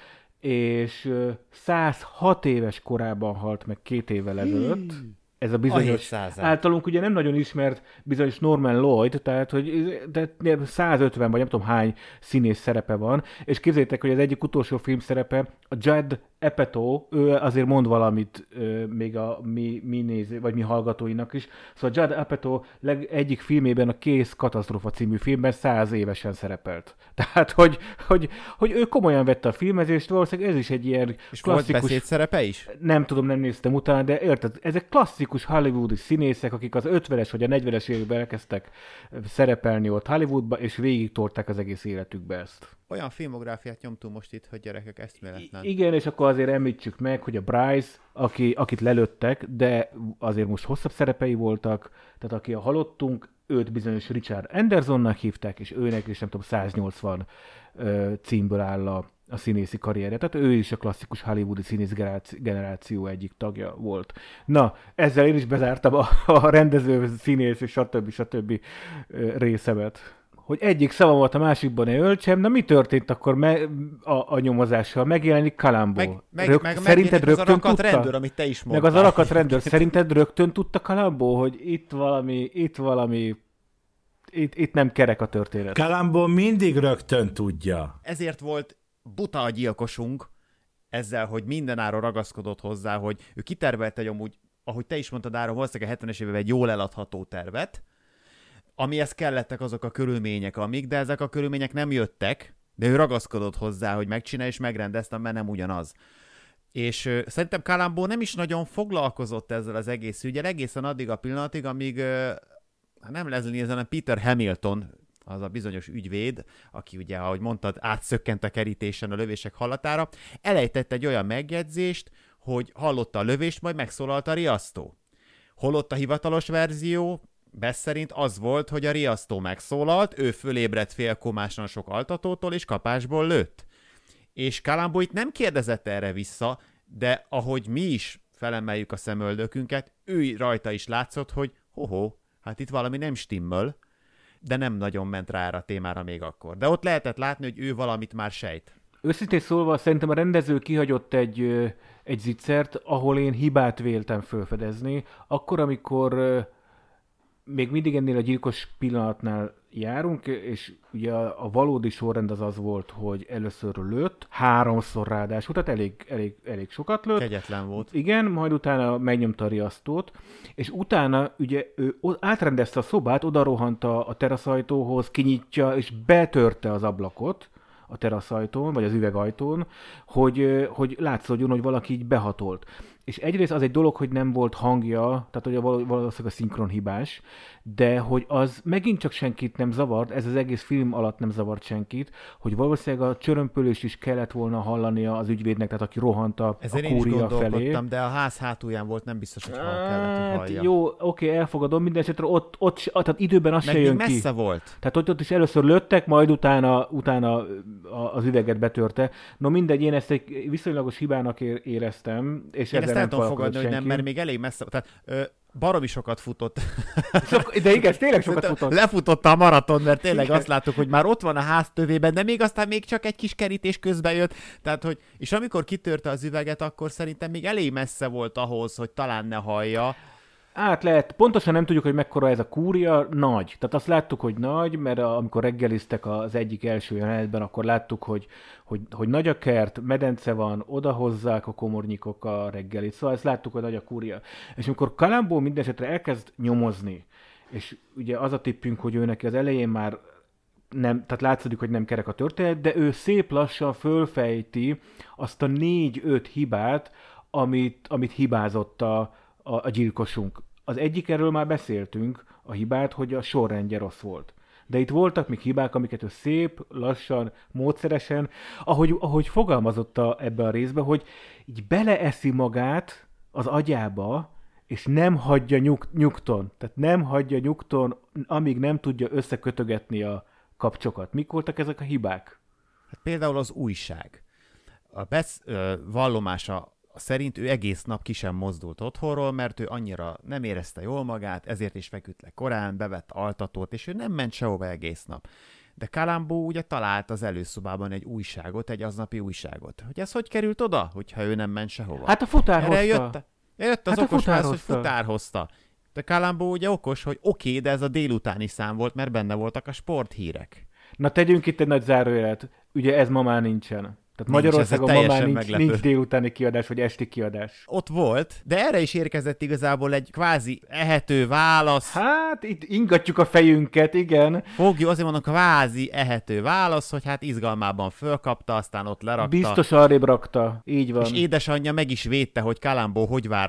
és 106 éves korában halt meg 2 évvel ezelőtt. Ez a bizonyos, általunk ugye nem nagyon ismert bizonyos Norman Lloyd, tehát hogy 150 vagy nem tudom hány színész szerepe van, és képzeljétek, hogy az egyik utolsó film szerepe a Judd Apatow, ő azért mond valamit még a mi néző, vagy mi hallgatóinak is. Szóval Judd Apatow egyik filmében, a Kész katasztrófa című filmben 100 évesen szerepelt. Tehát, hogy ő komolyan vette a filmezést, valószínűleg ez is egy ilyen és klasszikus... volt beszédszerepe is? Nem tudom, nem néztem utána, de érted, ezek klasszikus hollywoodi színészek, akik az 50-es vagy a 40-es években elkezdtek szerepelni ott Hollywoodba, és végig tolták az egész életükbe ezt. Olyan filmográfiát nyomtunk most itt, hogy gyerekek, eszméletlen. Igen, és akkor azért említsük meg, hogy a Bryce, akit lelőttek, de azért most hosszabb szerepei voltak, tehát aki a halottunk, őt bizonyos Richard Andersonnak hívták, és őnek is nem tudom, 180 címből áll a színészi karrierje. Tehát ő is a klasszikus hollywoodi színész generáció egyik tagja volt. Na, ezzel én is bezártam a rendező, színész és stb. Részemet. Hogy egyik szavamat a másikban ne öltsem, na mi történt akkor a nyomozással? Megjelenik Columbo. Szerinted rögtön tudta? Rendőr, amit te is mondtál. Meg az alakatrendőr. Szerinted rögtön tudta Columbo, hogy itt nem kerek a történet? Columbo mindig rögtön tudja. Ezért volt buta a gyilkosunk, ezzel, hogy mindenáron ragaszkodott hozzá, hogy ő kitervelte egy amúgy, ahogy te is mondtad, Áron, valószínűleg a 70-es években egy jól eladható tervet, amihez kellettek azok a körülmények, de ezek a körülmények nem jöttek, de ő ragaszkodott hozzá, hogy megcsinálja, és megrendezte, mert nem ugyanaz. És szerintem Columbo nem is nagyon foglalkozott ezzel az egész ügyel, egészen addig a pillanatig, amíg nem Leslie Nielsen, hanem Peter Hamilton, az a bizonyos ügyvéd, aki ugye, ahogy mondtad, átszökkent a kerítésen a lövések hallatára, elejtett egy olyan megjegyzést, hogy hallotta a lövést, majd megszólalt a riasztó. Holott a hivatalos verzió Bess szerint az volt, hogy a riasztó megszólalt, ő fölébredt félkomásan sok altatótól, és kapásból lőtt. És Columbo itt nem kérdezett erre vissza, de ahogy mi is felemeljük a szemöldökünket, ő rajta is látszott, hogy hát itt valami nem stimmel, de nem nagyon ment rá a témára még akkor. De ott lehetett látni, hogy ő valamit már sejt. Őszintén szólva, szerintem a rendező kihagyott egy zicsert, ahol én hibát véltem felfedezni. Akkor, amikor még mindig ennél a gyilkos pillanatnál járunk, és ugye a valódi sorrend az volt, hogy először lőtt, 3-szor ráadásul, tehát elég sokat lőtt. Kegyetlen volt. Igen, majd utána megnyomta a riasztót, és utána ugye ő átrendezte a szobát, oda rohant a teraszajtóhoz, kinyitja, és betörte az ablakot a teraszajtón, vagy az üvegajtón, hogy látszódjon, hogy valaki így behatolt. És egyrészt az egy dolog, hogy nem volt hangja, tehát hogy valószínűleg a szinkron hibás, de hogy az megint csak senkit nem zavart, ez az egész film alatt nem zavart senkit, hogy valószínűleg a csörömpölést is kellett volna hallania az ügyvédnek, tehát aki rohant a kúria felé. De a ház hátulján volt, nem biztos, hogy kellett, hogy hallja. Jó, oké, elfogadom, minden esetre ott tehát időben az se jön ki. Messze volt. Tehát ott is először lőttek, majd utána az üveget betörte. No mindegy, én ezt egy viszonylagos hibának éreztem, és én ezt nem tudom fogadni, hogy nem, mert még elég messze, tehát baromi sokat futott. De igen, tényleg sokat futott. Lefutotta a maraton, mert tényleg igen. Azt láttuk, hogy már ott van a ház tövében, de még aztán még csak egy kis kerítés közben jött. Tehát, hogy, és amikor kitörte az üveget, akkor szerintem még elég messze volt ahhoz, hogy talán ne hallja. Lehet. Pontosan nem tudjuk, hogy mekkora ez a kúria, nagy. Tehát azt láttuk, hogy nagy, mert amikor reggeliztek az egyik első jelenetben, akkor láttuk, hogy nagy a kert, medence van, odahozzák a komornyikok a reggelit. Szóval ezt láttuk, hogy nagy a kúria. És amikor Columbo mindenesetre elkezd nyomozni, és ugye az a tippünk, hogy ő neki az elején már nem, tehát látszik, hogy nem kerek a történet, de ő szép lassan fölfejti azt a 4-5 hibát, amit hibázott a gyilkosunk. Az egyik, erről már beszéltünk, a hibát, hogy a sorrendje rossz volt. De itt voltak még hibák, amiket ő szép, lassan, módszeresen, ahogy fogalmazott ebbe a részbe, hogy így beleeszi magát az agyába, és nem hagyja nyugton. Tehát nem hagyja nyugton, amíg nem tudja összekötögetni a kapcsokat. Mik voltak ezek a hibák? Hát például az újság. A Bess vallomása szerint ő egész nap ki sem mozdult otthonról, mert ő annyira nem érezte jól magát, ezért is feküdt le korán, bevett altatót, és ő nem ment sehova egész nap. De Columbo ugye talált az előszobában egy újságot, egy aznapi újságot. Hogy ez hogy került oda, hogyha ő nem ment sehova? Hát a futár hozta. Jött az okos válasz, hogy futár hozta. De Columbo ugye okos, hogy oké, de ez a délutáni szám volt, mert benne voltak a sporthírek. Na tegyünk itt egy nagy zárójelet. Ugye ez ma már nincsen. Tehát Magyarországon ma már nincs délutáni kiadás, vagy esti kiadás. Ott volt, de erre is érkezett igazából egy kvázi ehető válasz. Hát itt ingatjuk a fejünket, igen. Fogjuk, azért mondom, kvázi ehető válasz, hogy hát izgalmában fölkapta, aztán ott lerakta. Biztos arrébb rakta, így van. És édesanyja meg is védte, hogy Columbo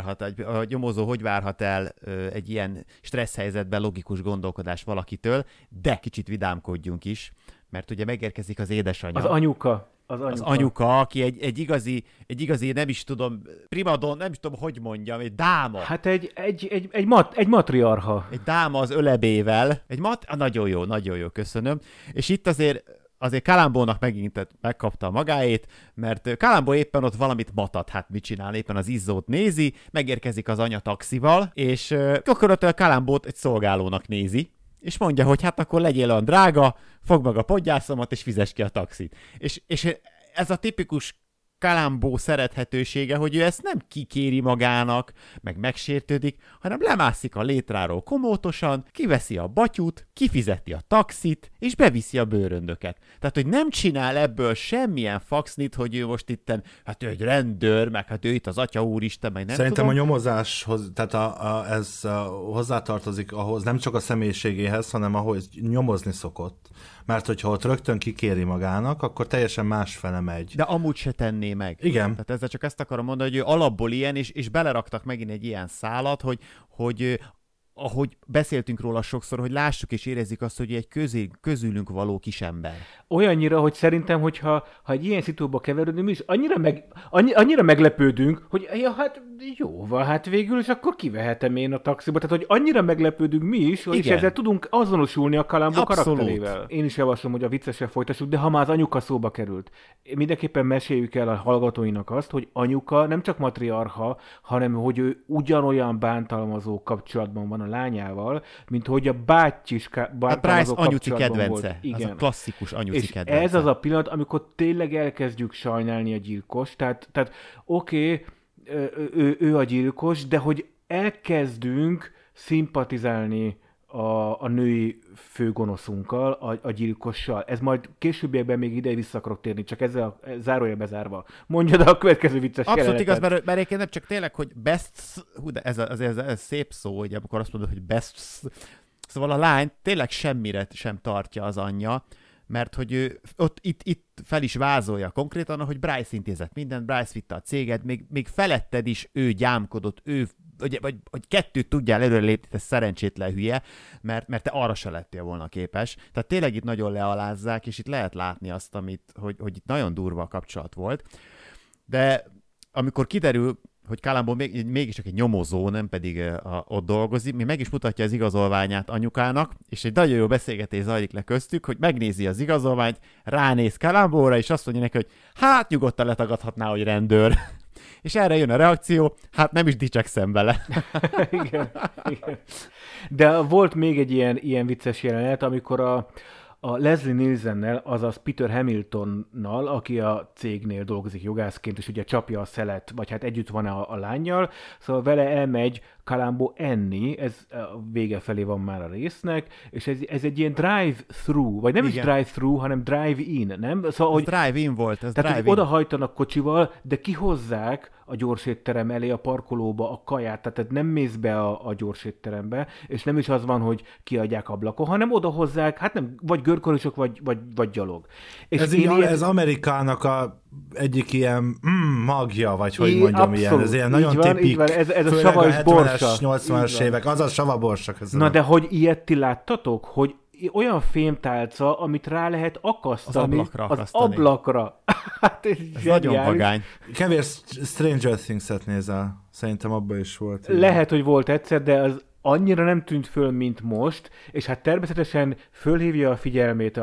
a nyomozó hogy várhat el egy ilyen stressz helyzetben logikus gondolkodás valakitől, de kicsit vidámkodjunk is, mert ugye megérkezik az édesanyja. Az anyuka. Az anyuka, aki egy igazi, nem is tudom, primadon, nem is tudom, hogy mondjam, egy dáma. Hát egy matriarcha. Egy dáma az ölebével. Nagyon jó, köszönöm. És itt azért Columbo-nak megint megkapta a magáét, mert Columbo éppen ott valamit matat, hát mit csinál, éppen az izzót nézi, megérkezik az anya taxival, és akkor ott a Columbót egy szolgálónak nézi, és mondja, hogy hát akkor legyél olyan drága, fogd meg a podgyászomat, és fizess ki a taxit. És ez a tipikus Columbo szerethetősége, hogy ő ezt nem kikéri magának, meg megsértődik, hanem lemászik a létráról komótosan, kiveszi a batyút, kifizeti a taxit, és beviszi a bőröndöket. Tehát, hogy nem csinál ebből semmilyen faxnit, hogy ő most itten, hát ő egy rendőr, meg hát ő itt az Atya Úristen, meg nem Szerintem tudom. a nyomozáshoz, tehát ez hozzátartozik ahhoz, nem csak a személyiségéhez, hanem ahhoz nyomozni szokott. Mert hogyha ott rögtön kikéri magának, akkor teljesen másfele megy. De amúgy se tenné meg. Igen. Tehát ezzel csak ezt akarom mondani, hogy ő alapból ilyen, és beleraktak megint egy ilyen szálat, hogy ahogy beszéltünk róla sokszor, hogy lássuk és érezzük azt, hogy egy közülünk való kisember. Olyannyira, hogy szerintem, hogyha egy ilyen szitúba keveredünk, mi is annyira meglepődünk, hogy ja, hát jó van, hát végül, és akkor kivehetem én a taxiba. Tehát, hogy annyira meglepődünk mi is, és ezzel tudunk azonosulni a Columbo karakterével. Én is javaslom, hogy a viccesre folytassuk, de ha már az anyuka szóba került, mindenképpen meséljük el a hallgatóinak azt, hogy anyuka nem csak matriarcha, hanem hogy ő ugyanolyan bántalmazó kapcsolatban van a lányával, mint hogy a báty is bántalmazó kapcsolatban volt. Igen. Az a klasszikus anyuci kedvence. És ez az a pillanat, amikor tényleg elkezdjük sajnálni a gyilkos. Tehát oké, ő a gyilkos, de hogy elkezdünk szimpatizálni a női főgonoszunkkal, a gyilkossal. Ez majd későbbiekben még ide vissza akarok térni, csak ezzel zárója bezárva. Mondjad a következő vicces Abszolút jelenetet. igaz, mert egyébként nem csak tényleg, hogy best, de ez szép szó, hogy amikor azt mondod, hogy best, szóval a lány tényleg semmire sem tartja az anyja, mert hogy ő itt fel is vázolja konkrétan, hogy Bryce intézett mindent, Bryce vitte a céget, még feletted is ő gyámkodott, vagy kettőt tudjál előre lépni, te szerencsétlen hülye, mert te arra se lettél volna képes. Tehát tényleg itt nagyon lealázzák, és itt lehet látni azt, hogy itt nagyon durva a kapcsolat volt. De amikor kiderül, hogy Columbo mégis csak egy nyomozó, nem pedig ott dolgozik, még meg is mutatja az igazolványát anyukának, és egy nagyon jó beszélgetés zajlik le köztük, hogy megnézi az igazolványt, ránéz Columbóra, és azt mondja neki, hogy hát nyugodtan letagadhatná, hogy rendőr. És erre jön a reakció, hát nem is dicsekszem vele. Igen. De volt még egy ilyen vicces jelenet, amikor a Leslie Nielsennel, azaz Peter Hamiltonnal, aki a cégnél dolgozik jogászként, és ugye csapja a szelet, vagy hát együtt van a lánnyal, szóval vele elmegy Columbo enni, ez a vége felé van már a résznek, és ez egy ilyen drive-thru, vagy nem is drive-thru, hanem drive-in, nem? Szóval, hogy drive-in volt, ez tehát, hogy odahajtanak kocsival, de kihozzák a gyorsétterem elé, a parkolóba a kaját, tehát nem mész be a gyorsétterembe, és nem is az van, hogy kiadják ablakon, hanem odahozzák, hát nem, vagy görkorosok, vagy gyalog. És ez Amerikának egyik ilyen magja, vagy hogy mondjam, ilyen, ez ilyen nagyon tipik, ez a sava és borsa. 80-as évek, az a sava borsa. Na de hogy ilyet ti láttatok, hogy olyan fémtálca, amit rá lehet akasztani az ablakra. Hát ez nagyon vagány. Kevés Stranger Things-et nézel. Szerintem abban is volt. Lehet, hogy volt egyszer, de az annyira nem tűnt föl, mint most, és hát természetesen fölhívja a figyelmét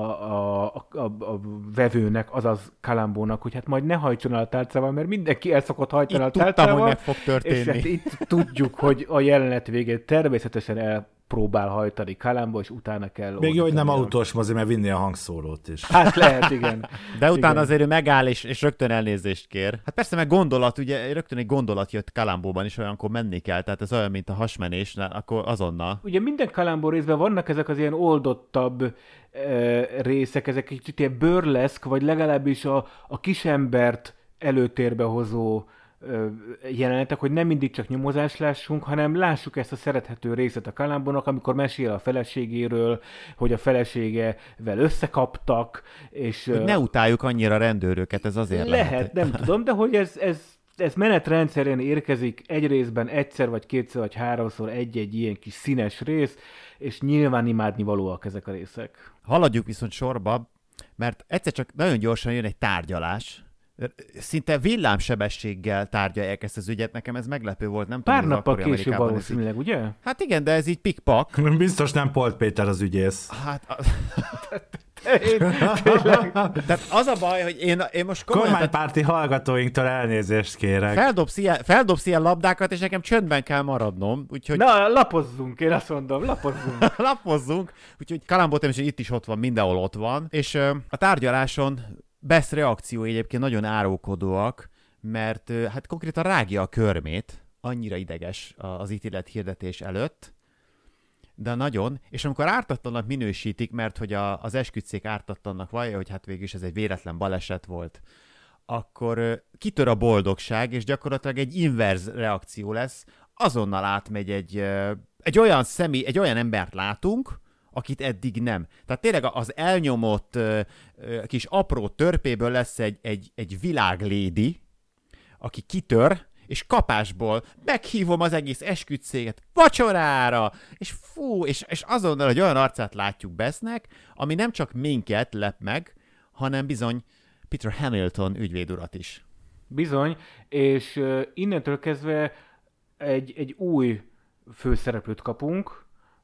a vevőnek, azaz Columbónak, hogy hát majd ne hajtson el a tálcával, mert mindenki el szokott hajtani a tálcával. Tudtam, hogy meg fog történni. És hát itt tudjuk, hogy a jelenet végén természetesen elpróbál hajtani Columbo, és utána kell... Még jó, hogy nem autós mozi, mert vinni a hangszórót is. Hát lehet, igen. De utána azért ő megáll, és rögtön elnézést kér. Hát persze, meg gondolat, ugye rögtön egy gondolat jött Columbóban is, olyankor menni kell, tehát ez olyan, mint a hasmenés, akkor azonnal. Ugye minden Columbo részben vannak ezek az ilyen oldottabb részek, ezek kicsit ilyen burleszk, vagy legalábbis a kisembert előtérbe hozó jelenetek, hogy nem mindig csak nyomozást lássunk, hanem lássuk ezt a szerethető részet a Columbónak, amikor mesél a feleségéről, hogy a feleségevel összekaptak, és... Hogy ne utáljuk annyira rendőröket, ez azért lehet. Nem tudom, de hogy ez menetrendszerűen érkezik egy részben egyszer, vagy kétszer, vagy háromszor egy-egy ilyen kis színes rész, és nyilván imádnivalóak ezek a részek. Haladjuk viszont sorba, mert egyszer csak nagyon gyorsan jön egy tárgyalás, szinte villámsebességgel tárgyalják ezt az ügyet, nekem ez meglepő volt, nem tudom. Pár nappal később valószínűleg, ugye? Hát igen, de ez így pikpak. Biztos nem Polt Péter az ügyész. Hát... Tehát az a baj, hogy én most kormánypárti hallgatóinktól elnézést kérek. Feldobsz ilyen labdákat, és nekem csöndben kell maradnom. Úgyhogy... Na, lapozzunk, én azt mondom, lapozzunk. Lapozzunk. Úgyhogy Columbo természetesen itt is ott van, mindenhol ott van. És a tárgyaláson Bess reakciói egyébként nagyon árulkodóak, mert hát konkrétan rágja a körmét, annyira ideges az ítélet hirdetés előtt, de nagyon, és amikor ártatlannak minősítik, mert hogy az esküdtszék ártatlannak vallja, hogy hát végül is ez egy véletlen baleset volt, akkor kitör a boldogság, és gyakorlatilag egy inverz reakció lesz, azonnal átmegy egy olyan személy, egy olyan embert látunk, akit eddig nem. Tehát tényleg az elnyomott kis apró törpéből lesz egy világlédi, aki kitör, és kapásból meghívom az egész esküdtszéget vacsorára, és fú, és azonnal egy olyan arcát látjuk Bessnek, ami nem csak minket lep meg, hanem bizony Peter Hamilton ügyvédurat is. Bizony, és innentől kezdve egy új főszereplőt kapunk,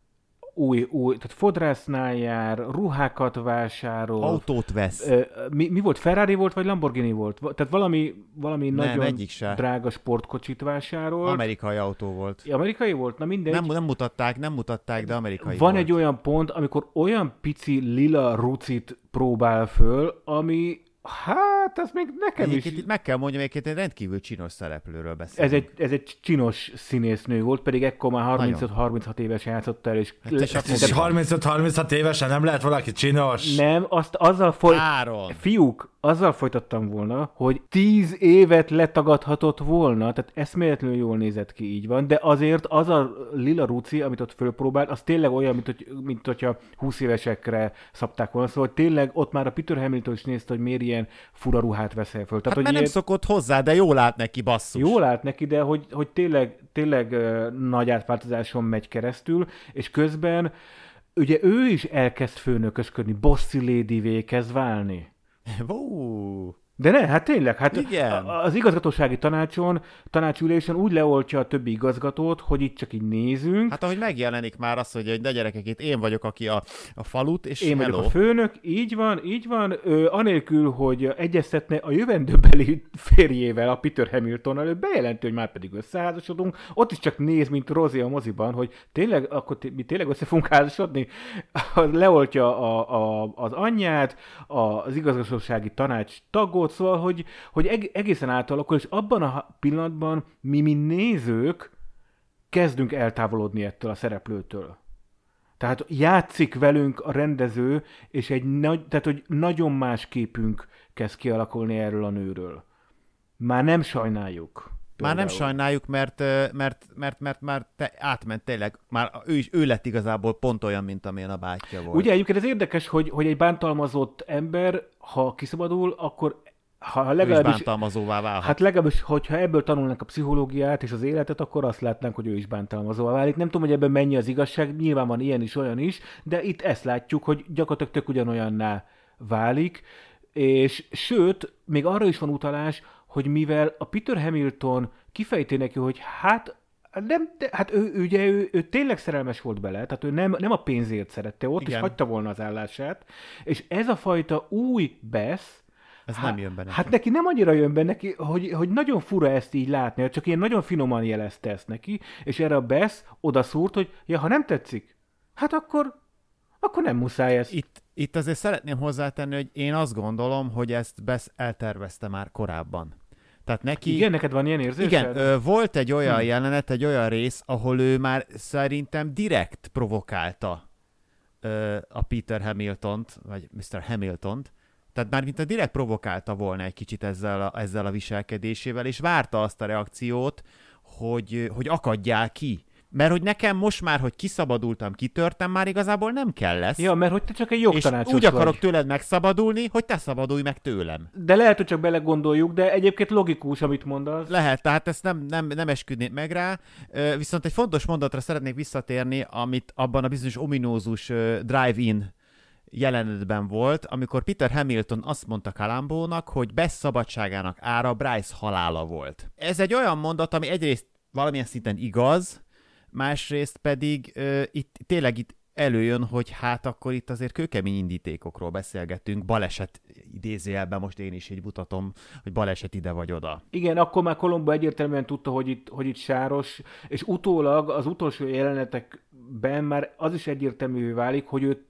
új, tehát fodrásznál jár, ruhákat vásárol. Autót vesz. Mi volt? Ferrari volt, vagy Lamborghini volt? Tehát valami nem, nagyon drága sportkocsit vásárolt. Amerikai autó volt. Amerikai volt? Na mindegy. Nem mutatták, de amerikai Van volt. egy olyan pont, amikor olyan pici lila rucit próbál föl, ami hát, ez még nekem is... Itt meg kell mondjam, egyébként egy rendkívül csinos szereplőről beszélünk. Ez egy csinos színésznő volt, pedig ekkor már 35-36 éves játszott el, és... Hát és 35-36 évesen nem lehet valaki csinos? Nem, Áron! Fiúk, azzal folytattam volna, hogy 10 évet letagadhatott volna, tehát eszméletlenül jól nézett ki, így van, de azért az a lila ruci, amit ott fölpróbált, az tényleg olyan, mint hogyha 20 évesekre szabták volna, szóval tényleg ott már a Peter Hamilton is nézte, hogy miért ilyen fura ruhát veszel föl. Tehát, Hát mert nem szokott hozzá, de jól állt neki, basszus. Jól állt neki, de hogy tényleg nagy átváltozáson megy keresztül, és közben ugye ő is elkezd főnökösködni, bossy ladyvé kezd válni. Wow. De ne, hát tényleg, hát igen. Az igazgatósági tanácsülésen úgy leoltja a többi igazgatót, hogy itt csak így nézünk. Hát ahogy megjelenik már az, hogy de gyerekek, itt én vagyok, aki a falut, és én hello. vagyok a főnök, így van, anélkül, hogy egyeztetne a jövendőbeli férjével, a Peter Hamiltonnal, ő bejelenti, hogy már pedig összeházasodunk, ott is csak néz, mint Rosie a moziban, hogy tényleg, akkor mi tényleg össze fogunk házasodni? Leoltja az anyját, az igazgatósági tanács tagot, szóval, hogy egészen átalakul, és abban a pillanatban mi nézők kezdünk eltávolodni ettől a szereplőtől. Tehát játszik velünk a rendező, és tehát, hogy nagyon más képünk kezd kialakulni erről a nőről. Már nem sajnáljuk. Már nem sajnáljuk, mert már te átment tényleg, már ő lett igazából pont olyan, mint amilyen a bátyja volt. Ugye egyébként ez érdekes, hogy egy bántalmazott ember, ha kiszabadul, akkor legalábbis, bántalmazóvá válhat. Hát legalábbis, hogyha ebből tanulnak a pszichológiát és az életet, akkor azt látnánk, hogy ő is bántalmazóvá válik. Nem tudom, hogy ebben mennyi az igazság, nyilván van ilyen is, olyan is, de itt ezt látjuk, hogy gyakorlatilag tök ugyanolyanná válik, és sőt, még arra is van utalás, hogy mivel a Peter Hamilton kifejti neki, hogy ő tényleg szerelmes volt bele, tehát ő nem a pénzért szerette, ott igen. is hagyta volna az állását, és ez a fajta új Bess, ez nem jön be neki. Hát neki nem annyira jön be neki, hogy nagyon fura ezt így látni, csak ilyen nagyon finoman jelezte ezt neki, és erre a Bess odaszúrt, hogy ha nem tetszik, hát akkor nem muszáj ezt. Itt azért szeretném hozzátenni, hogy én azt gondolom, hogy ezt Bess eltervezte már korábban. Tehát neki... Igen, neked van ilyen érzésed? Igen, volt egy olyan jelenet, egy olyan rész, ahol ő már szerintem direkt provokálta a Peter Hamiltont, vagy Mr. Hamiltont, tehát már mint a direkt provokálta volna egy kicsit ezzel a viselkedésével, és várta azt a reakciót, hogy akadjál ki. Mert hogy nekem most már, hogy kiszabadultam, kitörtem, már igazából nem kell lesz. Ja, mert hogy te csak egy jogtanácsos és úgy akarok vagy. tőled megszabadulni, hogy te szabadulj meg tőlem. De lehet, hogy csak belegondoljuk, de egyébként logikus, amit mondasz. Lehet, tehát ezt nem esküdnék meg rá. Viszont egy fontos mondatra szeretnék visszatérni, amit abban a bizonyos ominózus drive-in jelenetben volt, amikor Peter Hamilton azt mondta Columbo-nak, hogy Bess szabadságának ára Bryce halála volt. Ez egy olyan mondat, ami egyrészt valamilyen szinten igaz, másrészt pedig itt előjön, hogy hát akkor itt azért kőkemény indítékokról beszélgetünk, baleset idézőjelben, most én is így mutatom, hogy baleset ide vagy oda. Igen, akkor már Columbo egyértelműen tudta, hogy itt sáros, és utólag az utolsó jelenetekben már az is egyértelművé válik, hogy ő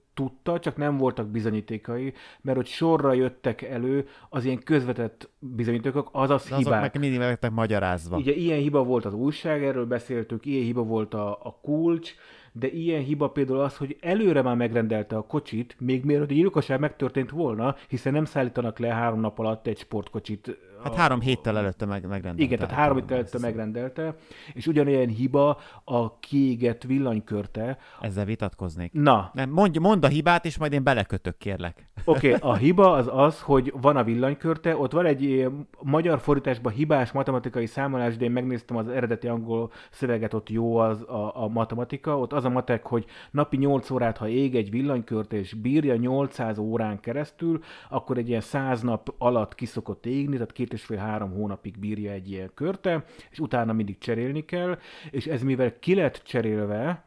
tudta, csak nem voltak bizonyítékai, mert hogy sorra jöttek elő az ilyen közvetett bizonyítékok, azaz de hibák. azok meg mindig lettek magyarázva. Ugye ilyen hiba volt az újság, erről beszéltük, ilyen hiba volt a kulcs, de ilyen hiba például az, hogy előre már megrendelte a kocsit, még mielőtt a gyilkosság megtörtént volna, hiszen nem szállítanak le 3 nap alatt egy sportkocsit. Hát 3 héttel előtte megrendelte. Igen, tehát 3 héttel előtte megrendelte, és ugyanilyen hiba a kiégett villanykörte. Ezzel vitatkoznék. Na. Nem, mondd a hibát, és majd én belekötök, kérlek. Oké, a hiba az, hogy van a villanykörte, ott van egy magyar fordításban hibás matematikai számolás, de én megnéztem az eredeti angol szöveget, ott jó az a matematika, ott az a matek, hogy napi 8 órát, ha ég egy villanykörte, és bírja 800 órán keresztül, akkor egy ilyen 100 nap alatt ki szokott égni, tehát 2,5-3 hónapig bírja egy ilyen körte, és utána mindig cserélni kell, és ez mivel ki lett cserélve,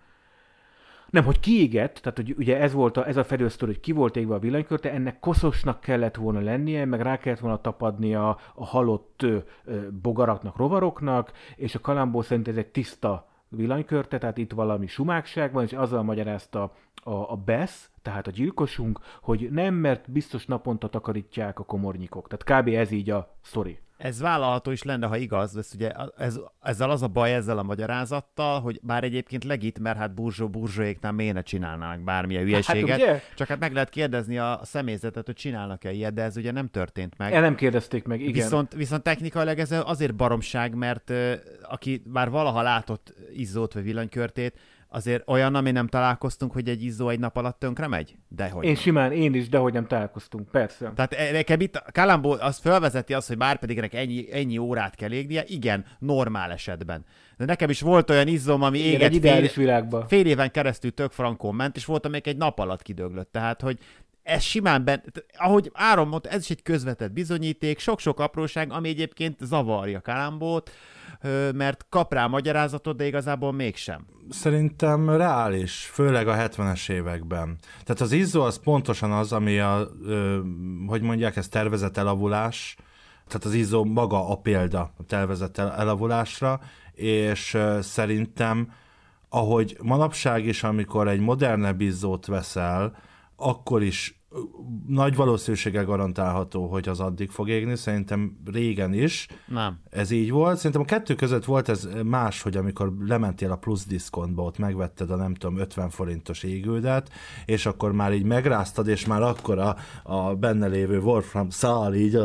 nem, hogy kiégett, tehát hogy ugye ez a fedősztor, hogy ki volt égve a villanykörte, ennek koszosnak kellett volna lennie, meg rá kellett volna tapadnia a halott bogaraknak, rovaroknak, és a Columbo szerint ez egy tiszta villanykörte, tehát itt valami sumákság van, és azzal magyarázta a Bess, tehát a gyilkosunk, hogy nem, mert biztos naponta takarítják a komornyikok. Tehát kb. Ez így a sztori. Ez vállalható is lenne, ha igaz, ez ugye ezzel az a baj ezzel a magyarázattal, hogy bár egyébként legit, mert hát burzsóéknál miért ne csinálnának bármilyen hülyeséget, csak hát meg lehet kérdezni a személyzetet, hogy csinálnak-e ilyet, de ez ugye nem történt meg. Nem kérdezték meg, igen. Viszont technikailag ez azért baromság, mert aki már valaha látott izzót vagy villanykörtét, azért olyan, ami nem találkoztunk, hogy egy izzó egy nap alatt tönkre megy? Dehogy. Én is, dehogy nem találkoztunk, persze. Tehát nekem itt Columbo az felvezeti azt, hogy bárpedig ennek ennyi órát kell égnie, igen, normál esetben. De nekem is volt olyan izzóm, ami égett fél éven keresztül tök frankon ment, és volt, amelyik egy nap alatt kidöglött. Tehát, hogy ez simán ahogy Áron mondta, ez is egy közvetett bizonyíték, sok-sok apróság, ami egyébként zavarja Columbót, mert kap rá magyarázatot, de igazából mégsem. Szerintem reális, főleg a 70-es években. Tehát az izzó az pontosan az, ami hogy mondják, ez tervezett elavulás, tehát az izzó maga a példa a tervezett elavulásra, és szerintem, ahogy manapság is, amikor egy modernebb izzót veszel, akkor is nagy valószínűséggel garantálható, hogy az addig fog égni, szerintem régen is. Nem. Ez így volt. Szerintem a kettő között volt ez más, hogy amikor lementél a plusz diszkontba, ott megvetted a nem tudom 50 forintos égődet, és akkor már így megráztad, és már akkor a benne lévő Wolfram szál így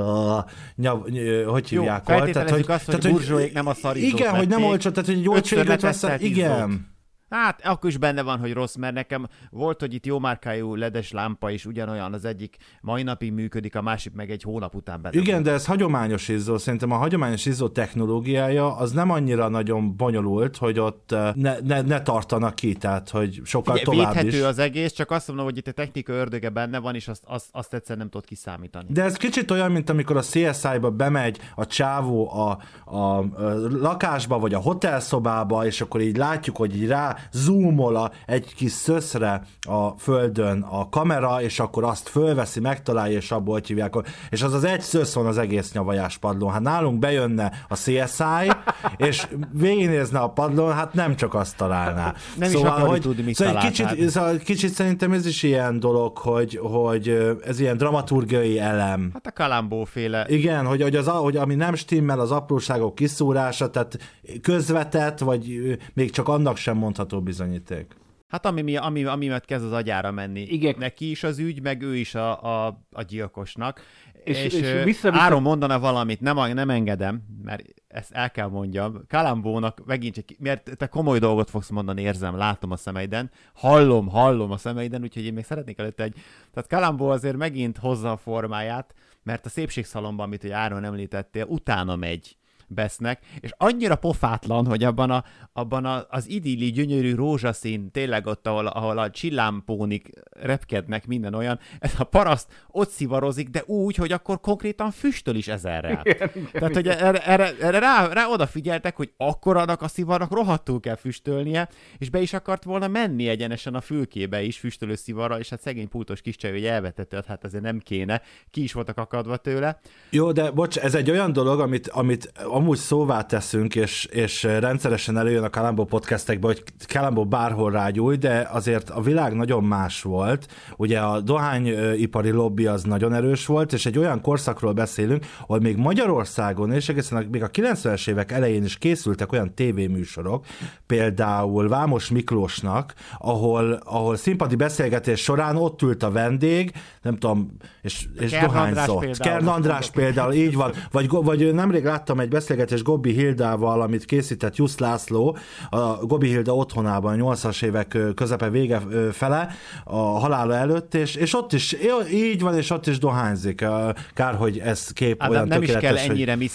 hogy hívják? Jó, feltételezzük azt, hogy burzsóék nem a szarítót igen, hogy nem olcsó, tehát hogy egy olcsó égőt veszel. Igen. Hát, akkor is benne van, hogy rossz, mert nekem volt, hogy itt jó márkájú ledes lámpa is ugyanolyan, az egyik mai napig működik, a másik meg egy hónap után benne. Igen, de ez hagyományos izzó. Szerintem a hagyományos izzó technológiája az nem annyira nagyon bonyolult, hogy ott ne tartanak ki, tehát hogy sokkal ugye, tovább védhető is. az egész, csak azt mondom, hogy itt a technika ördöge benne van, és azt egyszer nem tudod kiszámítani. De ez kicsit olyan, mint amikor a CSI-ba bemegy a csávó a lakásba, vagy a hotelszobába, és akkor így látjuk, hogy így rá zoomol egy kis szöszre a földön a kamera, és akkor azt fölveszi, megtalálja, és abból hogy hívják. És az egy szösz van az egész nyavajás padlón. Hát nálunk bejönne a CSI, és végignézne a padlón, hát nem csak azt találná. Nem szóval, is akarod tudni, mit kicsit szerintem ez is ilyen dolog, hogy ez ilyen dramaturgiai elem. Hát a Columbo féle. Igen, hogy ami nem stimmel, az apróságok kiszúrása, tehát közvetett, vagy még csak annak sem mondható bizonyíték. Hát ami kezd az agyára menni. Igen. Neki is az ügy, meg ő is a gyilkosnak. És Áron mondana valamit, nem engedem, mert ezt el kell mondjam. Columbo-nak megint csak, mert te komoly dolgot fogsz mondani, érzem, látom a szemeiden, hallom a szemeiden, úgyhogy én még szeretnék előtte Tehát Columbo azért megint hozza a formáját, mert a szépségszalomban, amit ugye Áron említettél, utána megy Bessnek, és annyira pofátlan, hogy abban az idilli, gyönyörű rózsaszín, tényleg ott, ahol a csillámpónik repkednek, minden olyan, ez a paraszt ott szivarozik, de úgy, hogy akkor konkrétan füstöl is ezerrel. Tehát, hogy erre rá odafigyeltek, hogy akkor annak a szivarnak rohadtul kell füstölnie, és be is akart volna menni egyenesen a fülkébe is füstölő szivarral, és hát szegény pultos kis csaj, hogy elvetette, hát ezért nem kéne, ki is voltak akadva tőle. Jó, de bocs, ez egy olyan dolog, amit amúgy szóvá teszünk, és rendszeresen előjön a Kalambó podcastekbe, hogy Kalambó bárhol rágyújj, de azért a világ nagyon más volt. Ugye a dohányipari lobby az nagyon erős volt, és egy olyan korszakról beszélünk, ahol még Magyarországon, és egészen még a 90-es évek elején is készültek olyan tévéműsorok, például Vámos Miklósnak, ahol színpadi beszélgetés során ott ült a vendég, nem tudom, és dohányzott. Kern András például, így van. Vagy nemrég láttam egy beszélgetés Gobbi Hildával, amit készített Jusz László, a Gobbi Hilda otthonában, 80-as évek közepe vége fele, a halála előtt, és ott is, így van, és ott is dohányzik. Kár, hogy ez kép olyan nem tökéletes, is kell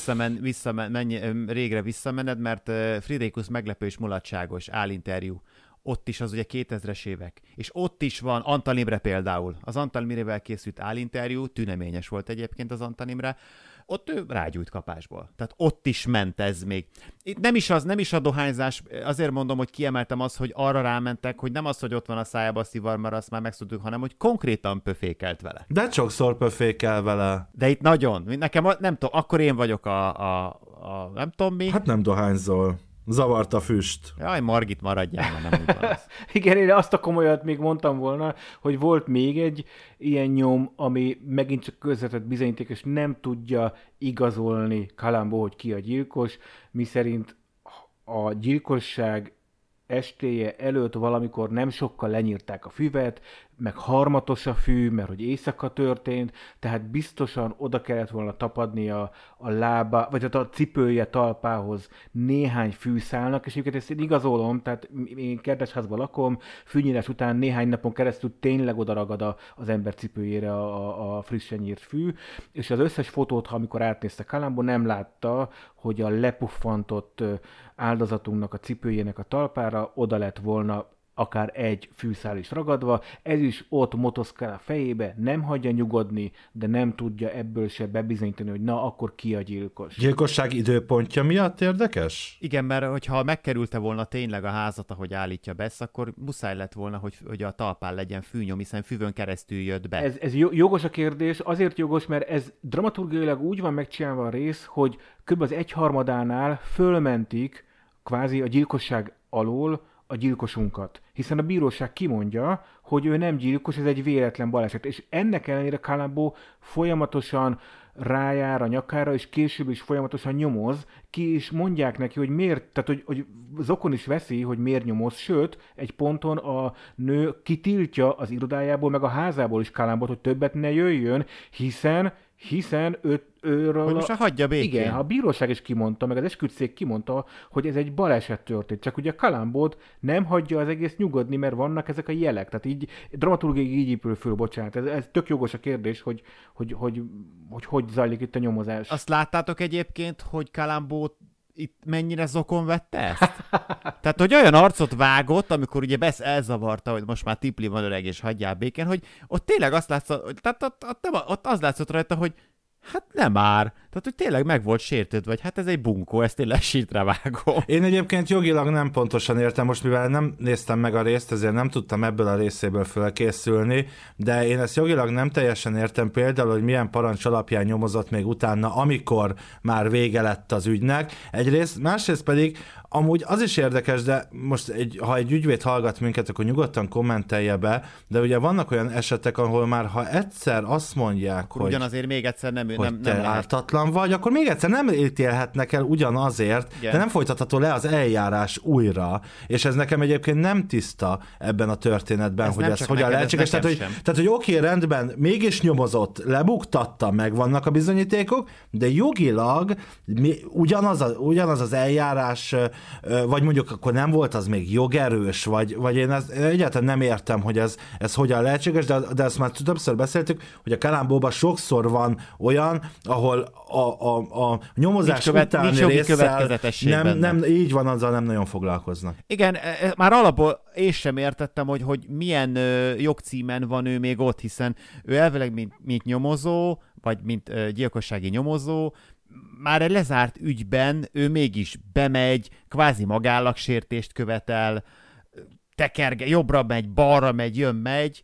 ennyire régre visszamenned, mert Friderikus meglepő és mulatságos állinterjú. Ott is az ugye 2000-es évek. És ott is van Antal Imre például. Az Antal Imrével készült állinterjú, tüneményes volt egyébként az Antal Imre, ott ő rágyújt kapásból. Tehát ott is ment ez még. Itt nem is a dohányzás, azért mondom, hogy kiemeltem azt, hogy arra rámentek, hogy nem az, hogy ott van a szájába a szivar, mert azt már megszoktuk, hanem hogy konkrétan pöfékelt vele. De sokszor pöfékel vele. De itt nagyon. Nekem nem tudom, akkor én vagyok a nem tudom mi. Hát nem dohányzol. Zavart a füst. Jaj, Margit, maradjál, mert nem úgy van az. Igen, én azt a komolyat még mondtam volna, hogy volt még egy ilyen nyom, ami megint csak közvetett bizonyíték, és nem tudja igazolni Kalambó, hogy ki a gyilkos, miszerint a gyilkosság estéje előtt valamikor nem sokkal lenyírták a füvet, meg harmatos a fű, mert hogy éjszaka történt, tehát biztosan oda kellett volna tapadni a lába, vagy a cipője talpához néhány fűszálnak, és egyébként ezt én igazolom, tehát én kertesházban lakom, fűnyírás után néhány napon keresztül tényleg oda ragad az ember cipőjére a frissen nyírt fű, és az összes fotót, amikor átnézte Kalambó, nem látta, hogy a lepuffantott áldozatunknak a cipőjének a talpára oda lett volna akár egy fűszál is ragadva, ez is ott motoszkál a fejébe, nem hagyja nyugodni, de nem tudja ebből se bebizonyítani, hogy na, akkor ki a gyilkos. Gyilkosság időpontja miatt érdekes? Igen, mert hogyha megkerülte volna tényleg a házat, ahogy állítja Besz, akkor muszáj lett volna, hogy a talpán legyen fűnyom, hiszen füvön keresztül jött be. Ez jogos a kérdés, azért jogos, mert ez dramaturgiailag úgy van megcsinálva a rész, hogy kb. Az 1/3 fölmentik kvázi a gyilkosság alól a gyilkosunkat. Hiszen a bíróság kimondja, hogy ő nem gyilkos, ez egy véletlen baleset. És ennek ellenére Kalambó folyamatosan rájár a nyakára, és később is folyamatosan nyomoz, ki is mondják neki, hogy miért, tehát hogy zokon is veszi, hogy miért nyomoz, sőt, egy ponton a nő kitiltja az irodájából, meg a házából is Kalambót, hogy többet ne jöjjön, hiszen őről... Hogy most hagyja békén. Igen, a bíróság is kimondta, meg az esküdtszék kimondta, hogy ez egy baleset történt. Csak ugye Kalambót nem hagyja az egész nyugodni, mert vannak ezek a jelek. Tehát így dramaturgiai így épül föl, bocsánat. Ez tök jogos a kérdés, hogy zajlik itt a nyomozás. Azt láttátok egyébként, hogy Kalambó itt mennyire zokon vette ezt? Tehát, hogy olyan arcot vágott, amikor ugye Besz elzavarta, hogy most már tipli van öreg, és hagyjál békén, hogy ott tényleg azt látszott, tehát ott az látszott rajta, hogy hát nem már. Tehát, hogy tényleg meg volt sértődve, vagy hát ez egy bunkó, ezt tényleg sítre vágom. Én egyébként jogilag nem pontosan értem, most mivel nem néztem meg a részt, ezért nem tudtam ebből a részéből fölkészülni, de én ezt jogilag nem teljesen értem, például, hogy milyen parancs alapján nyomozott még utána, amikor már vége lett az ügynek. Egyrészt, másrészt pedig amúgy az is érdekes, de most ha egy ügyvéd hallgat minket, akkor nyugodtan kommentelje be, de ugye vannak olyan esetek, ahol már ha egyszer azt mondják, akkor hogy ugyanazért még egyszer nem te ártatlan vagy, akkor még egyszer nem ítélhetnek el ugyanazért, igen. De nem folytatható le az eljárás újra, és ez nekem egyébként nem tiszta ebben a történetben, ez hogy ez hogyan lehetséges. Tehát, hogy oké, rendben, mégis nyomozott, lebuktatta, megvannak a bizonyítékok, de jogilag ugyanaz az eljárás, vagy mondjuk akkor nem volt az még jogerős, vagy én egyáltalán nem értem, hogy ez hogyan lehetséges, de ezt már többször beszéltük, hogy a Kalambóban sokszor van olyan, ahol a nyomozás utáni résszel nem, így van, azzal nem nagyon foglalkoznak. Igen, már alapból én sem értettem, hogy milyen jogcímen van ő még ott, hiszen ő elvileg mint nyomozó, vagy mint gyilkossági nyomozó, már egy lezárt ügyben ő mégis bemegy, kvázi magállagsértést követel, tekerge, jobbra megy, balra megy, jön-megy.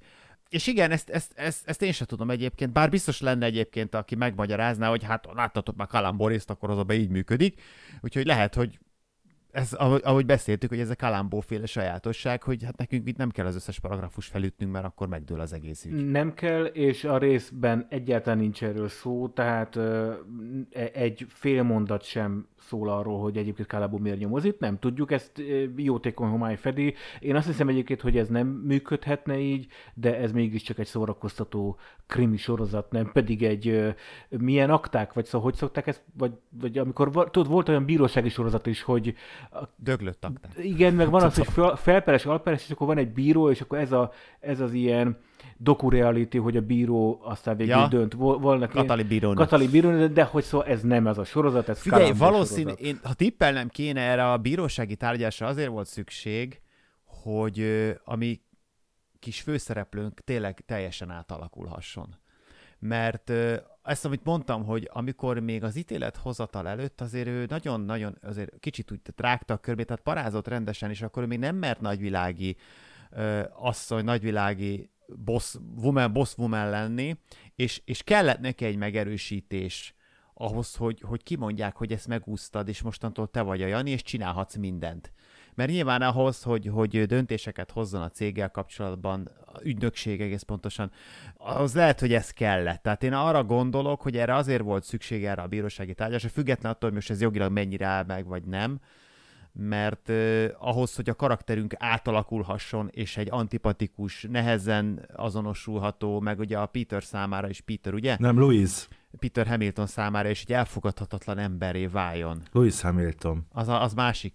És igen, ezt én sem tudom egyébként, bár biztos lenne egyébként, aki megmagyarázná, hogy hát láttatok már Kalambó-részt, akkor azonban így működik. Úgyhogy lehet, hogy ez, ahogy beszéltük, hogy ez a Kalambó-féle sajátosság, hogy hát nekünk itt nem kell az összes paragrafus felütnünk, mert akkor megdől az egész ügy. Nem kell, és a részben egyáltalán nincs erről szó, tehát egy fél mondat sem szól arról, hogy egyébként Kalambó miért nyomozik, nem tudjuk, ezt jótékony homály fedi. Én azt hiszem egyébként, hogy ez nem működhetne így, de ez mégiscsak egy szórakoztató krimi sorozat, nem pedig egy milyen akták, vagy szóval hogy szokták ezt, vagy amikor tudod, volt olyan bírósági sorozat is, hogy döglött akták. Igen, meg van az, hogy felperes, alperes, és akkor van egy bíró, és akkor ez az ilyen doku-reality, hogy a bíró aztán végül dönt. Katali bíró, de hogy szóval ez nem az a sorozat, ez Figyelj, valószínű, ha tippelnem kéne, erre a bírósági tárgyalásra azért volt szükség, hogy a mi kis főszereplőnk tényleg teljesen átalakulhasson. Mert ezt, amit mondtam, hogy amikor még az ítélet hozatal előtt, azért ő nagyon-nagyon, azért kicsit úgy rágta a körbét, tehát parázott rendesen, és akkor ő még nem mert nagyvilági asszony, nagyvilági boss woman lenni, és kellett neki egy megerősítés ahhoz, hogy kimondják, hogy ezt megúsztad, és mostantól te vagy a Jani, és csinálhatsz mindent. Mert nyilván ahhoz, hogy döntéseket hozzon a céggel kapcsolatban, ügynökség egész pontosan, az lehet, hogy ez kellett. Tehát én arra gondolok, hogy erre azért volt szükség erre a bírósági tárgyalásra, független attól, hogy most ez jogilag mennyire áll meg, vagy nem, mert ahhoz, hogy a karakterünk átalakulhasson, és egy antipatikus, nehezen azonosulható, meg ugye a Peter számára is Peter, ugye? Nem, Louise. Peter Hamilton számára is egy elfogadhatatlan emberré váljon. Louise Hamilton. Az másik.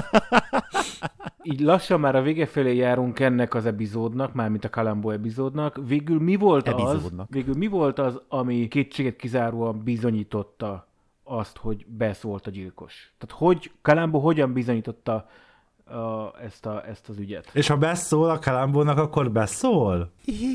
Így lassan már a vége felé járunk ennek az epizódnak, mármint a Kalambó epizódnak. Végül mi volt az, ami kétséget kizáróan bizonyította azt, hogy beszólt a gyilkos? Tehát hogy Kalambó hogyan bizonyította ezt az ügyet? És ha beszól a Kalambónak, akkor beszól?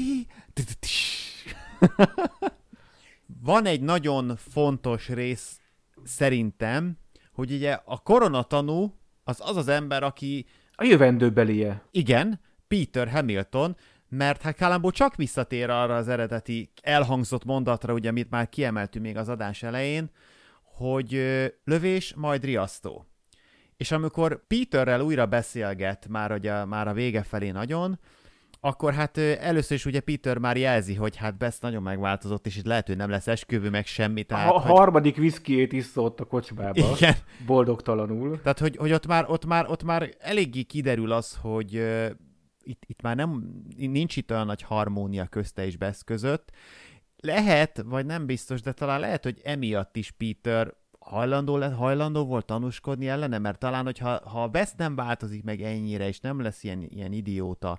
Van egy nagyon fontos rész szerintem, hogy ugye a koronatanú az ember, aki... A jövendőbelie. Igen, Peter Hamilton, mert hát Kalambó csak visszatér arra az eredeti elhangzott mondatra, ugye, amit már kiemeltünk még az adás elején, hogy lövés, majd riasztó. És amikor Peterrel újra beszélget, már a vége felé nagyon, akkor hát először is ugye Peter már jelzi, hogy hát Bess nagyon megváltozott, és itt lehet, hogy nem lesz esküvő, meg semmi. Tehát, a harmadik viszkijétisszott a kocsmába. Igen. Boldogtalanul. Tehát, hogy ott már eléggé kiderül az, hogy itt már nincs itt olyan nagy harmónia közte és Bess között. Lehet, vagy nem biztos, de talán lehet, hogy emiatt is Peter hajlandó volt tanúskodni ellene, mert talán, hogyha Bess nem változik meg ennyire, és nem lesz ilyen idióta,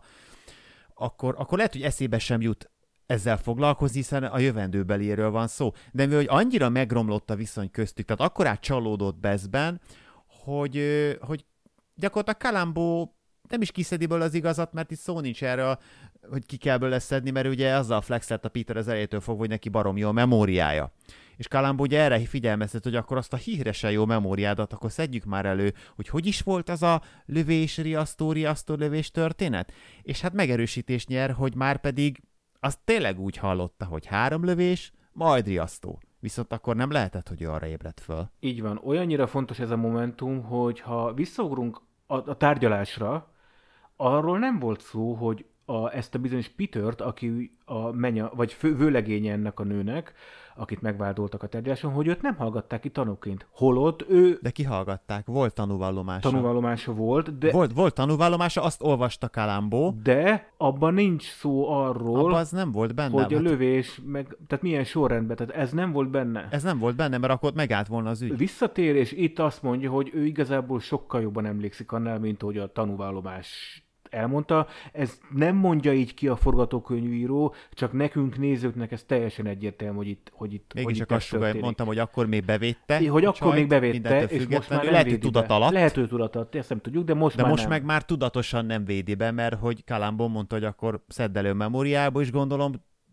akkor lehet, hogy eszébe sem jut ezzel foglalkozni, hiszen a jövendőbeliéről van szó. De mivel, hogy annyira megromlott a viszony köztük, tehát akkorát csalódott Bessben, hogy gyakorlatilag Kalambó nem is kiszedi belőle az igazat, mert itt szó nincs erről, hogy ki kell belőle szedni, mert ugye azzal flexelt a Peter az elejétől fogva, hogy neki barom jó a memóriája. És Kalambó ugye erre figyelmeztet, hogy akkor azt a híresen jó memóriádat, akkor szedjük már elő, hogy is volt az a riasztó lövés történet. És hát megerősítés nyer, hogy már pedig azt tényleg úgy hallotta, hogy 3 lövés, majd riasztó. Viszont akkor nem lehetett, hogy ő arra ébredt föl. Így van. Olyannyira fontos ez a momentum, hogy ha visszaugrunk a tárgyalásra, arról nem volt szó, hogy ezt a bizonyos Petert, aki vagy vőlegénye ennek a nőnek, akit megvádoltak a tárgyaláson, hogy őt nem hallgatták ki tanúként. Holott ő... De kihallgatták, volt tanúvallomása. Tanúvallomása volt, de... Volt tanúvallomása, azt olvasta Kalambó. De abban nincs szó arról... Abban az nem volt benne. Hogy a lövés, tehát milyen sorrendben, tehát ez nem volt benne. Ez nem volt benne, mert akkor megállt volna az ügy. Visszatér, és itt azt mondja, hogy ő igazából sokkal jobban emlékszik annál, mint hogy a tanúvallomás elmondta. Ez nem mondja így ki a forgatókönyvíró, csak nekünk nézőknek ez teljesen egyértelmű, hogy itt mégis csak azt mondtam, hogy akkor még bevédte. Hogy akkor még bevédte, és most már lehet, hogy tudat alatt. Lehet, hogy tudat alatt, ezt nem tudjuk, de most nem. Meg már tudatosan nem védi be, mert hogy Kalambó mondta, hogy akkor szedd elő a memóriába, és gondolom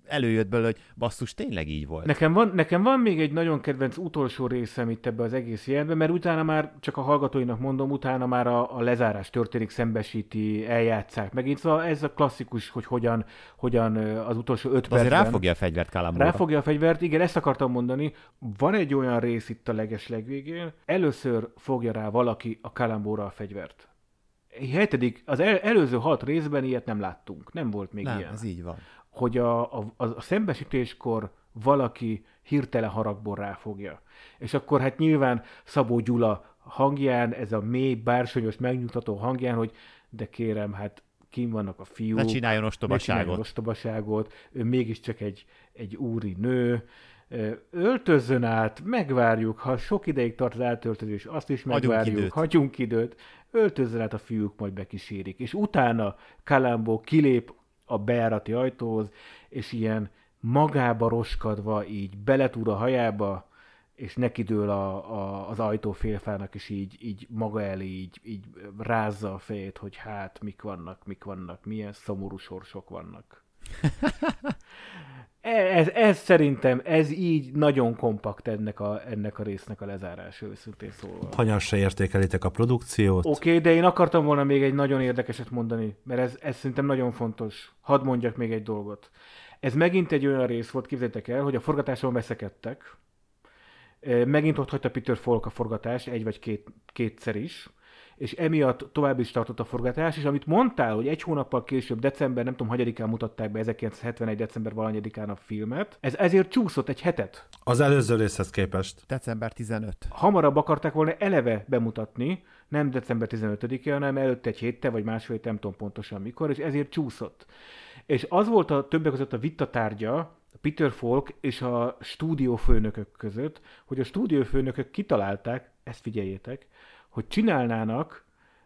előjött belőle, hogy basszus, tényleg így volt. Nekem van még egy nagyon kedvenc utolsó részem itt ebbe az egész jelentben, mert utána már, csak a hallgatóinak mondom, utána már a lezárás történik, szembesíti, eljátszák megint. Szóval ez a klasszikus, hogy hogyan az utolsó 5 percben... Azért ráfogja a fegyvert Kalambóra. Ráfogja a fegyvert, igen, ezt akartam mondani. Van egy olyan rész itt a legeslegvégén, először fogja rá valaki a Kalambóra a fegyvert. Az előző 6 részben ilyet nem láttunk, nem volt még ilyen. Ez így van. Hogy a szembesítéskor valaki hirtelen haragból ráfogja. És akkor hát nyilván Szabó Gyula hangján, ez a mély, bársonyos, megnyugtató hangján, hogy de kérem, hát kim vannak a fiúk. Ne csináljon ostobaságot. Ő mégiscsak egy úri nő. Öltözzön át, megvárjuk, ha sok ideig tart az átöltözés, azt is megvárjuk, hagyjunk időt. Öltözzön át, a fiúk majd bekísérik. És utána Kalambó kilép a bejárati ajtóhoz, és ilyen magába roskadva így beletúr a hajába, és nekidől az ajtófélfának, és így maga elé így rázza a fejét, hogy hát mik vannak, milyen szomorú sorsok vannak. Ez szerintem, ez így nagyon kompakt ennek a résznek a lezárása, őszintén szólva. Hanyasra értékelitek a produkciót? Oké, de én akartam volna még egy nagyon érdekeset mondani, mert ez szerintem nagyon fontos. Hadd mondjak még egy dolgot. Ez megint egy olyan rész volt, képzeljétek el, hogy a forgatáson veszekedtek. Megint ott hagyta Peter Falk a forgatást, egy vagy kétszer is, és emiatt tovább is tartott a forgatás, és amit mondtál, hogy egy hónappal később, december, nem tudom, 6-án mutatták be 1971. december valahanyadikán a filmet, ez ezért csúszott egy hetet. Az előző részhez képest. December 15. Hamarabb akarták volna eleve bemutatni, nem december 15-e, hanem előtte egy héttel, vagy másfél, nem tudom pontosan mikor, és ezért csúszott. És az volt a többek között a vitatárgya, Peter Falk és a stúdiófőnökök között, hogy a stúdiófőnökök kitalálták, ezt figyeljétek, hogy csinálnának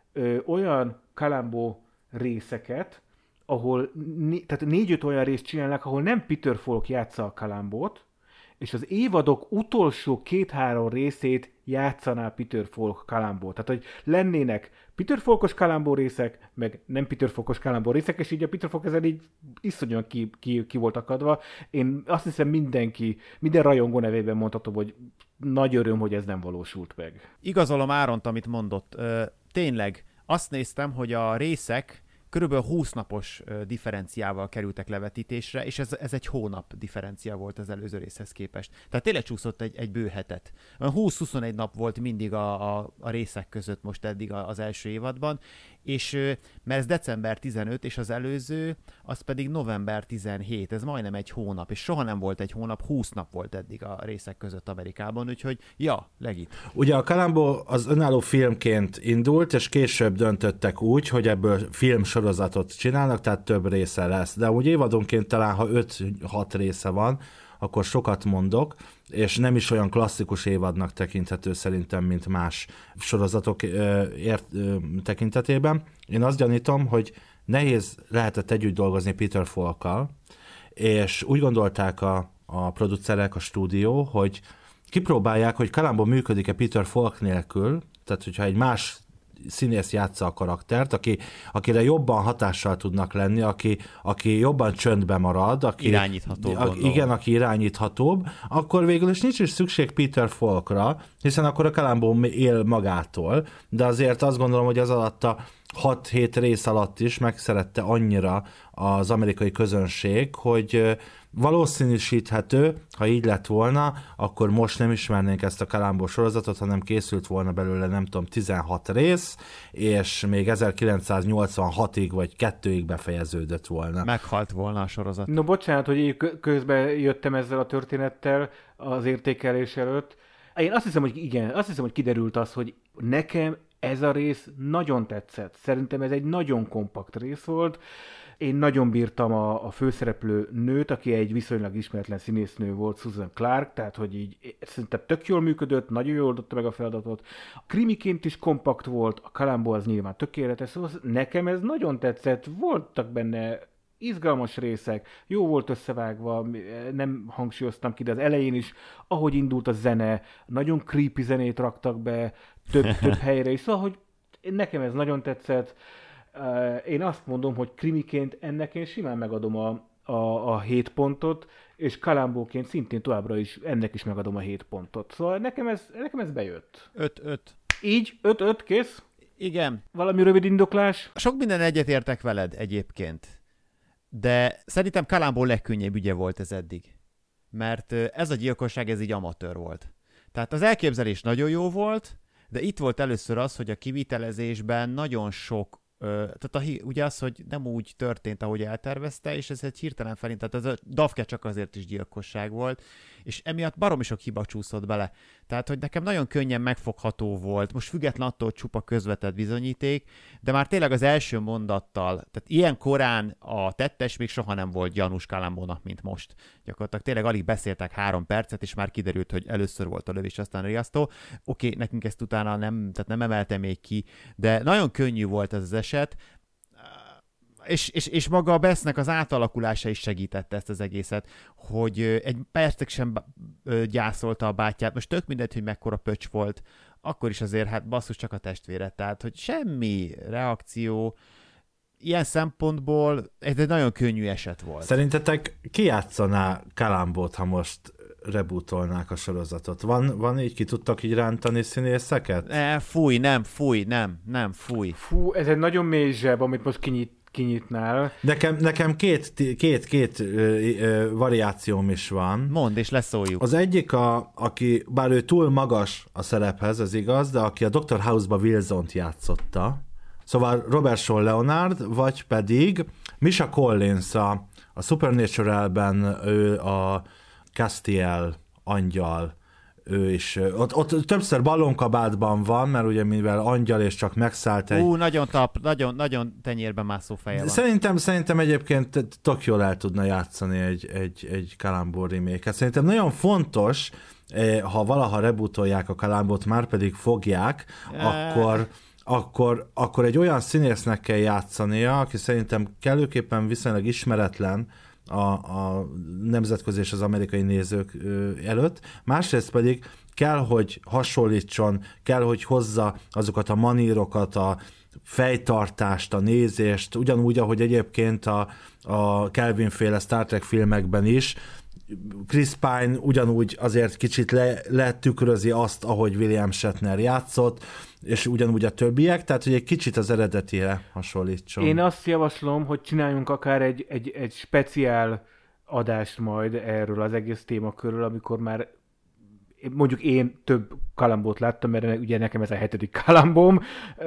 olyan Kalambó részeket, ahol tehát 4-5 olyan részt csinálnak, ahol nem Peter Falk játsza a Kalambót, és az évadok utolsó 2-3 részét játszaná Peter Falk Kalambó. Tehát, hogy lennének Peter Falkos Kalambó részek, meg nem Peter Falkos Kalambó részek, és így a Peter Falk ezen így iszonyan ki volt akadva. Én azt hiszem minden rajongó nevében mondhatom, hogy nagy öröm, hogy ez nem valósult meg. Igazolom Áront, amit mondott. Tényleg, azt néztem, hogy a részek körülbelül 20 napos differenciával kerültek levetítésre, és ez egy hónap differencia volt az előző részhez képest. Tehát tényleg csúszott egy bő hetet. 20-21 nap volt mindig a részek között most eddig az első évadban, és mert ez december 15, és az előző, az pedig november 17, ez majdnem egy hónap, és soha nem volt egy hónap, 20 nap volt eddig a részek között Amerikában, úgyhogy legit. Ugye a Kalambó az önálló filmként indult, és később döntöttek úgy, hogy ebből filmsorozatot csinálnak, tehát több része lesz. De úgy évadonként talán, ha 5-6 része van, akkor sokat mondok, és nem is olyan klasszikus évadnak tekinthető szerintem, mint más sorozatok tekintetében. Én azt gyanítom, hogy nehéz lehetett együtt dolgozni Peter Falkkal, és úgy gondolták a producerek, a stúdió, hogy kipróbálják, hogy Kalambó működik-e Peter Falk nélkül, tehát hogyha egy más színész játsza a karaktert, akire jobban hatással tudnak lenni, aki jobban csöndbe marad, irányíthatóbb. Igen, aki irányíthatóbb, akkor végül is nincs is szükség Peter Falkra, hiszen akkor a Kalambó él magától, de azért azt gondolom, hogy az alatt a 6-7 rész alatt is megszerette annyira az amerikai közönség, hogy valószínűsíthető, ha így lett volna, akkor most nem ismernénk ezt a Kalambó sorozatot, hanem készült volna belőle, nem tudom, 16 rész, és még 1986-ig vagy 2-ig befejeződött volna. Meghalt volna a sorozat. No, bocsánat, hogy közben jöttem ezzel a történettel az értékelés előtt. Én azt hiszem, hogy igen, hogy kiderült az, hogy nekem ez a rész nagyon tetszett. Szerintem ez egy nagyon kompakt rész volt. Én nagyon bírtam a főszereplő nőt, aki egy viszonylag ismeretlen színésznő volt, Susan Clark, tehát hogy így szerintem tök jól működött, nagyon jól oldotta meg a feladatot. A krimiként is kompakt volt, a Kalambó az nyilván tökéletes, szóval nekem ez nagyon tetszett, voltak benne izgalmas részek, jó volt összevágva, nem hangsúlyoztam ki, de az elején is, ahogy indult a zene, nagyon creepy zenét raktak be több helyre is, szóval hogy nekem ez nagyon tetszett. Én azt mondom, hogy krimiként ennek én simán megadom a 7 pontot, és Kalambóként szintén továbbra is ennek is megadom a 7 pontot. Szóval nekem ez bejött. 5-5. Így? 5-5, kész? Igen. Valami rövid indoklás? Sok minden egyetértek veled egyébként, de szerintem Kalambó legkönnyebb ügye volt ez eddig. Mert ez a gyilkosság, ez így amatőr volt. Tehát az elképzelés nagyon jó volt, de itt volt először az, hogy a kivitelezésben nagyon sok, tehát ugye az, hogy nem úgy történt, ahogy eltervezte, és ez egy hirtelen felint, tehát ez a Dafke csak azért is gyilkosság volt, és emiatt baromi sok hiba csúszott bele. Tehát, hogy nekem nagyon könnyen megfogható volt, most független attól, hogy csupa közvetett bizonyíték, de már tényleg az első mondattal, tehát ilyen korán a tettes még soha nem volt gyanús Kalambónak, mint most. Gyakorlatilag tényleg alig beszéltek 3 percet, és már kiderült, hogy először volt a lövés, aztán a riasztó. Oké, nekünk ezt utána nem emelte még ki, de nagyon könnyű volt ez az eset, és maga a Bessnek az átalakulása is segítette ezt az egészet, hogy egy percig sem gyászolta a bátyját, most tök mindegy, hogy mekkora pöcs volt, akkor is azért, hát basszus, csak a testvére, tehát, hogy semmi reakció, ilyen szempontból ez egy nagyon könnyű eset volt. Szerintetek ki játszaná Kalambót, ha most rebootolnák a sorozatot? Van így, ki tudtak így rántani színészeket? Fúj. Fú, ez egy nagyon mély zseb, amit most kinyitnál. Nekem két variációm is van. Mondd, és leszóljuk. Az egyik, aki, bár ő túl magas a szerephez, ez igaz, de aki a Dr. House-ba Wilsont játszotta. Szóval Robert Sean Leonard, vagy pedig Misha Collins a Supernatural-ben, ő a Castiel angyal, ő is. Ott többször ballonkabátban van, mert ugye mivel angyal és csak megszállt egy... Nagyon tenyérben mászó feje van. Szerintem egyébként tök jól el tudna játszani egy Kalambó remake-et. Szerintem nagyon fontos, ha valaha rebootolják a Kalambót, már pedig fogják, akkor egy olyan színésznek kell játszania, aki szerintem kellőképpen viszonylag ismeretlen a nemzetközi és az amerikai nézők előtt. Másrészt pedig kell, hogy hasonlítson, kell, hogy hozza azokat a manírokat, a fejtartást, a nézést, ugyanúgy, ahogy egyébként a Kelvin-féle Star Trek filmekben is. Chris Pine ugyanúgy azért kicsit letükrözi azt, ahogy William Shatner játszott, és ugyanúgy a többiek, tehát hogy egy kicsit az eredetire hasonlítson. Én azt javaslom, hogy csináljunk akár egy speciál adást majd erről az egész témakörről, amikor már mondjuk én több Kalambót láttam, mert ugye nekem ez a 7. Kalambóm,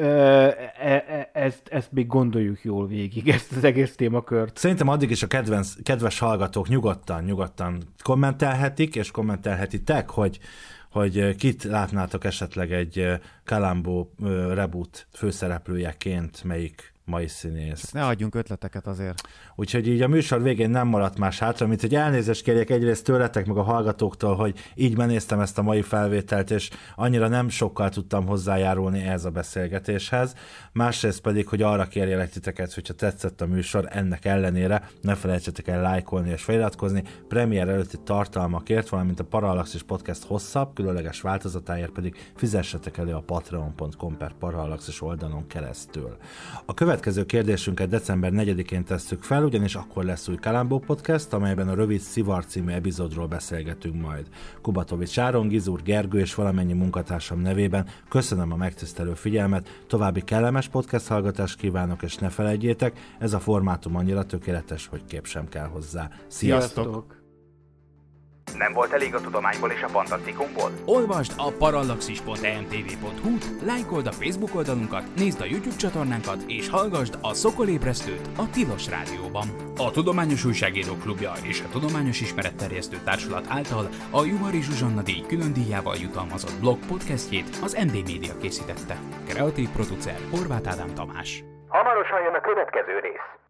ezt még gondoljuk jól végig, ezt az egész témakört. Szerintem addig is a kedves hallgatók nyugodtan kommentelhetik, és kommentelhetitek, hogy kit látnátok esetleg egy Kalambó reboot főszereplőjeként, melyik mai színész. Ne adjunk ötleteket azért. Úgyhogy így a műsor végén nem maradt más hátra, mint hogy elnézést kérjek egyrészt tőletek, meg a hallgatóktól, hogy így benéztem ezt a mai felvételt, és annyira nem sokkal tudtam hozzájárulni ehhez a beszélgetéshez. Másrészt pedig, hogy arra kérjelek titeket, hogyha tetszett a műsor, ennek ellenére ne felejtsetek el lájkolni és feliratkozni. Premier előtti tartalmakért, valamint a Parallaxis Podcast hosszabb, különleges változatáért pedig fizessetek elő a patreon.com/Parallaxis oldalon keresztül. A következő kérdésünket december 4-én tesszük fel, ugyanis akkor lesz új Kalambó Podcast, amelyben a Rövid Szivar című epizódról beszélgetünk majd. Kubatovics Áron, Gizur Gergő és valamennyi munkatársam nevében köszönöm a megtisztelő figyelmet, további kellemes podcast hallgatást kívánok, és ne felejtjétek, ez a formátum annyira tökéletes, hogy kép sem kell hozzá. Sziasztok! Nem volt elég a tudományból és a fantasztikumból? Olvasd a parallaxis.emtv.hu-t, lájkold a Facebook oldalunkat, nézd a YouTube csatornánkat, és hallgasd a Szokolébresztőt a Tilos Rádióban. A Tudományos Újságírók Klubja és a Tudományos Ismeretterjesztő Társulat által a Juhari Zsuzsanna díj külön díjával jutalmazott blog podcastjét az MD Media készítette. Kreatív producer Horváth Ádám Tamás. Hamarosan jön a következő rész.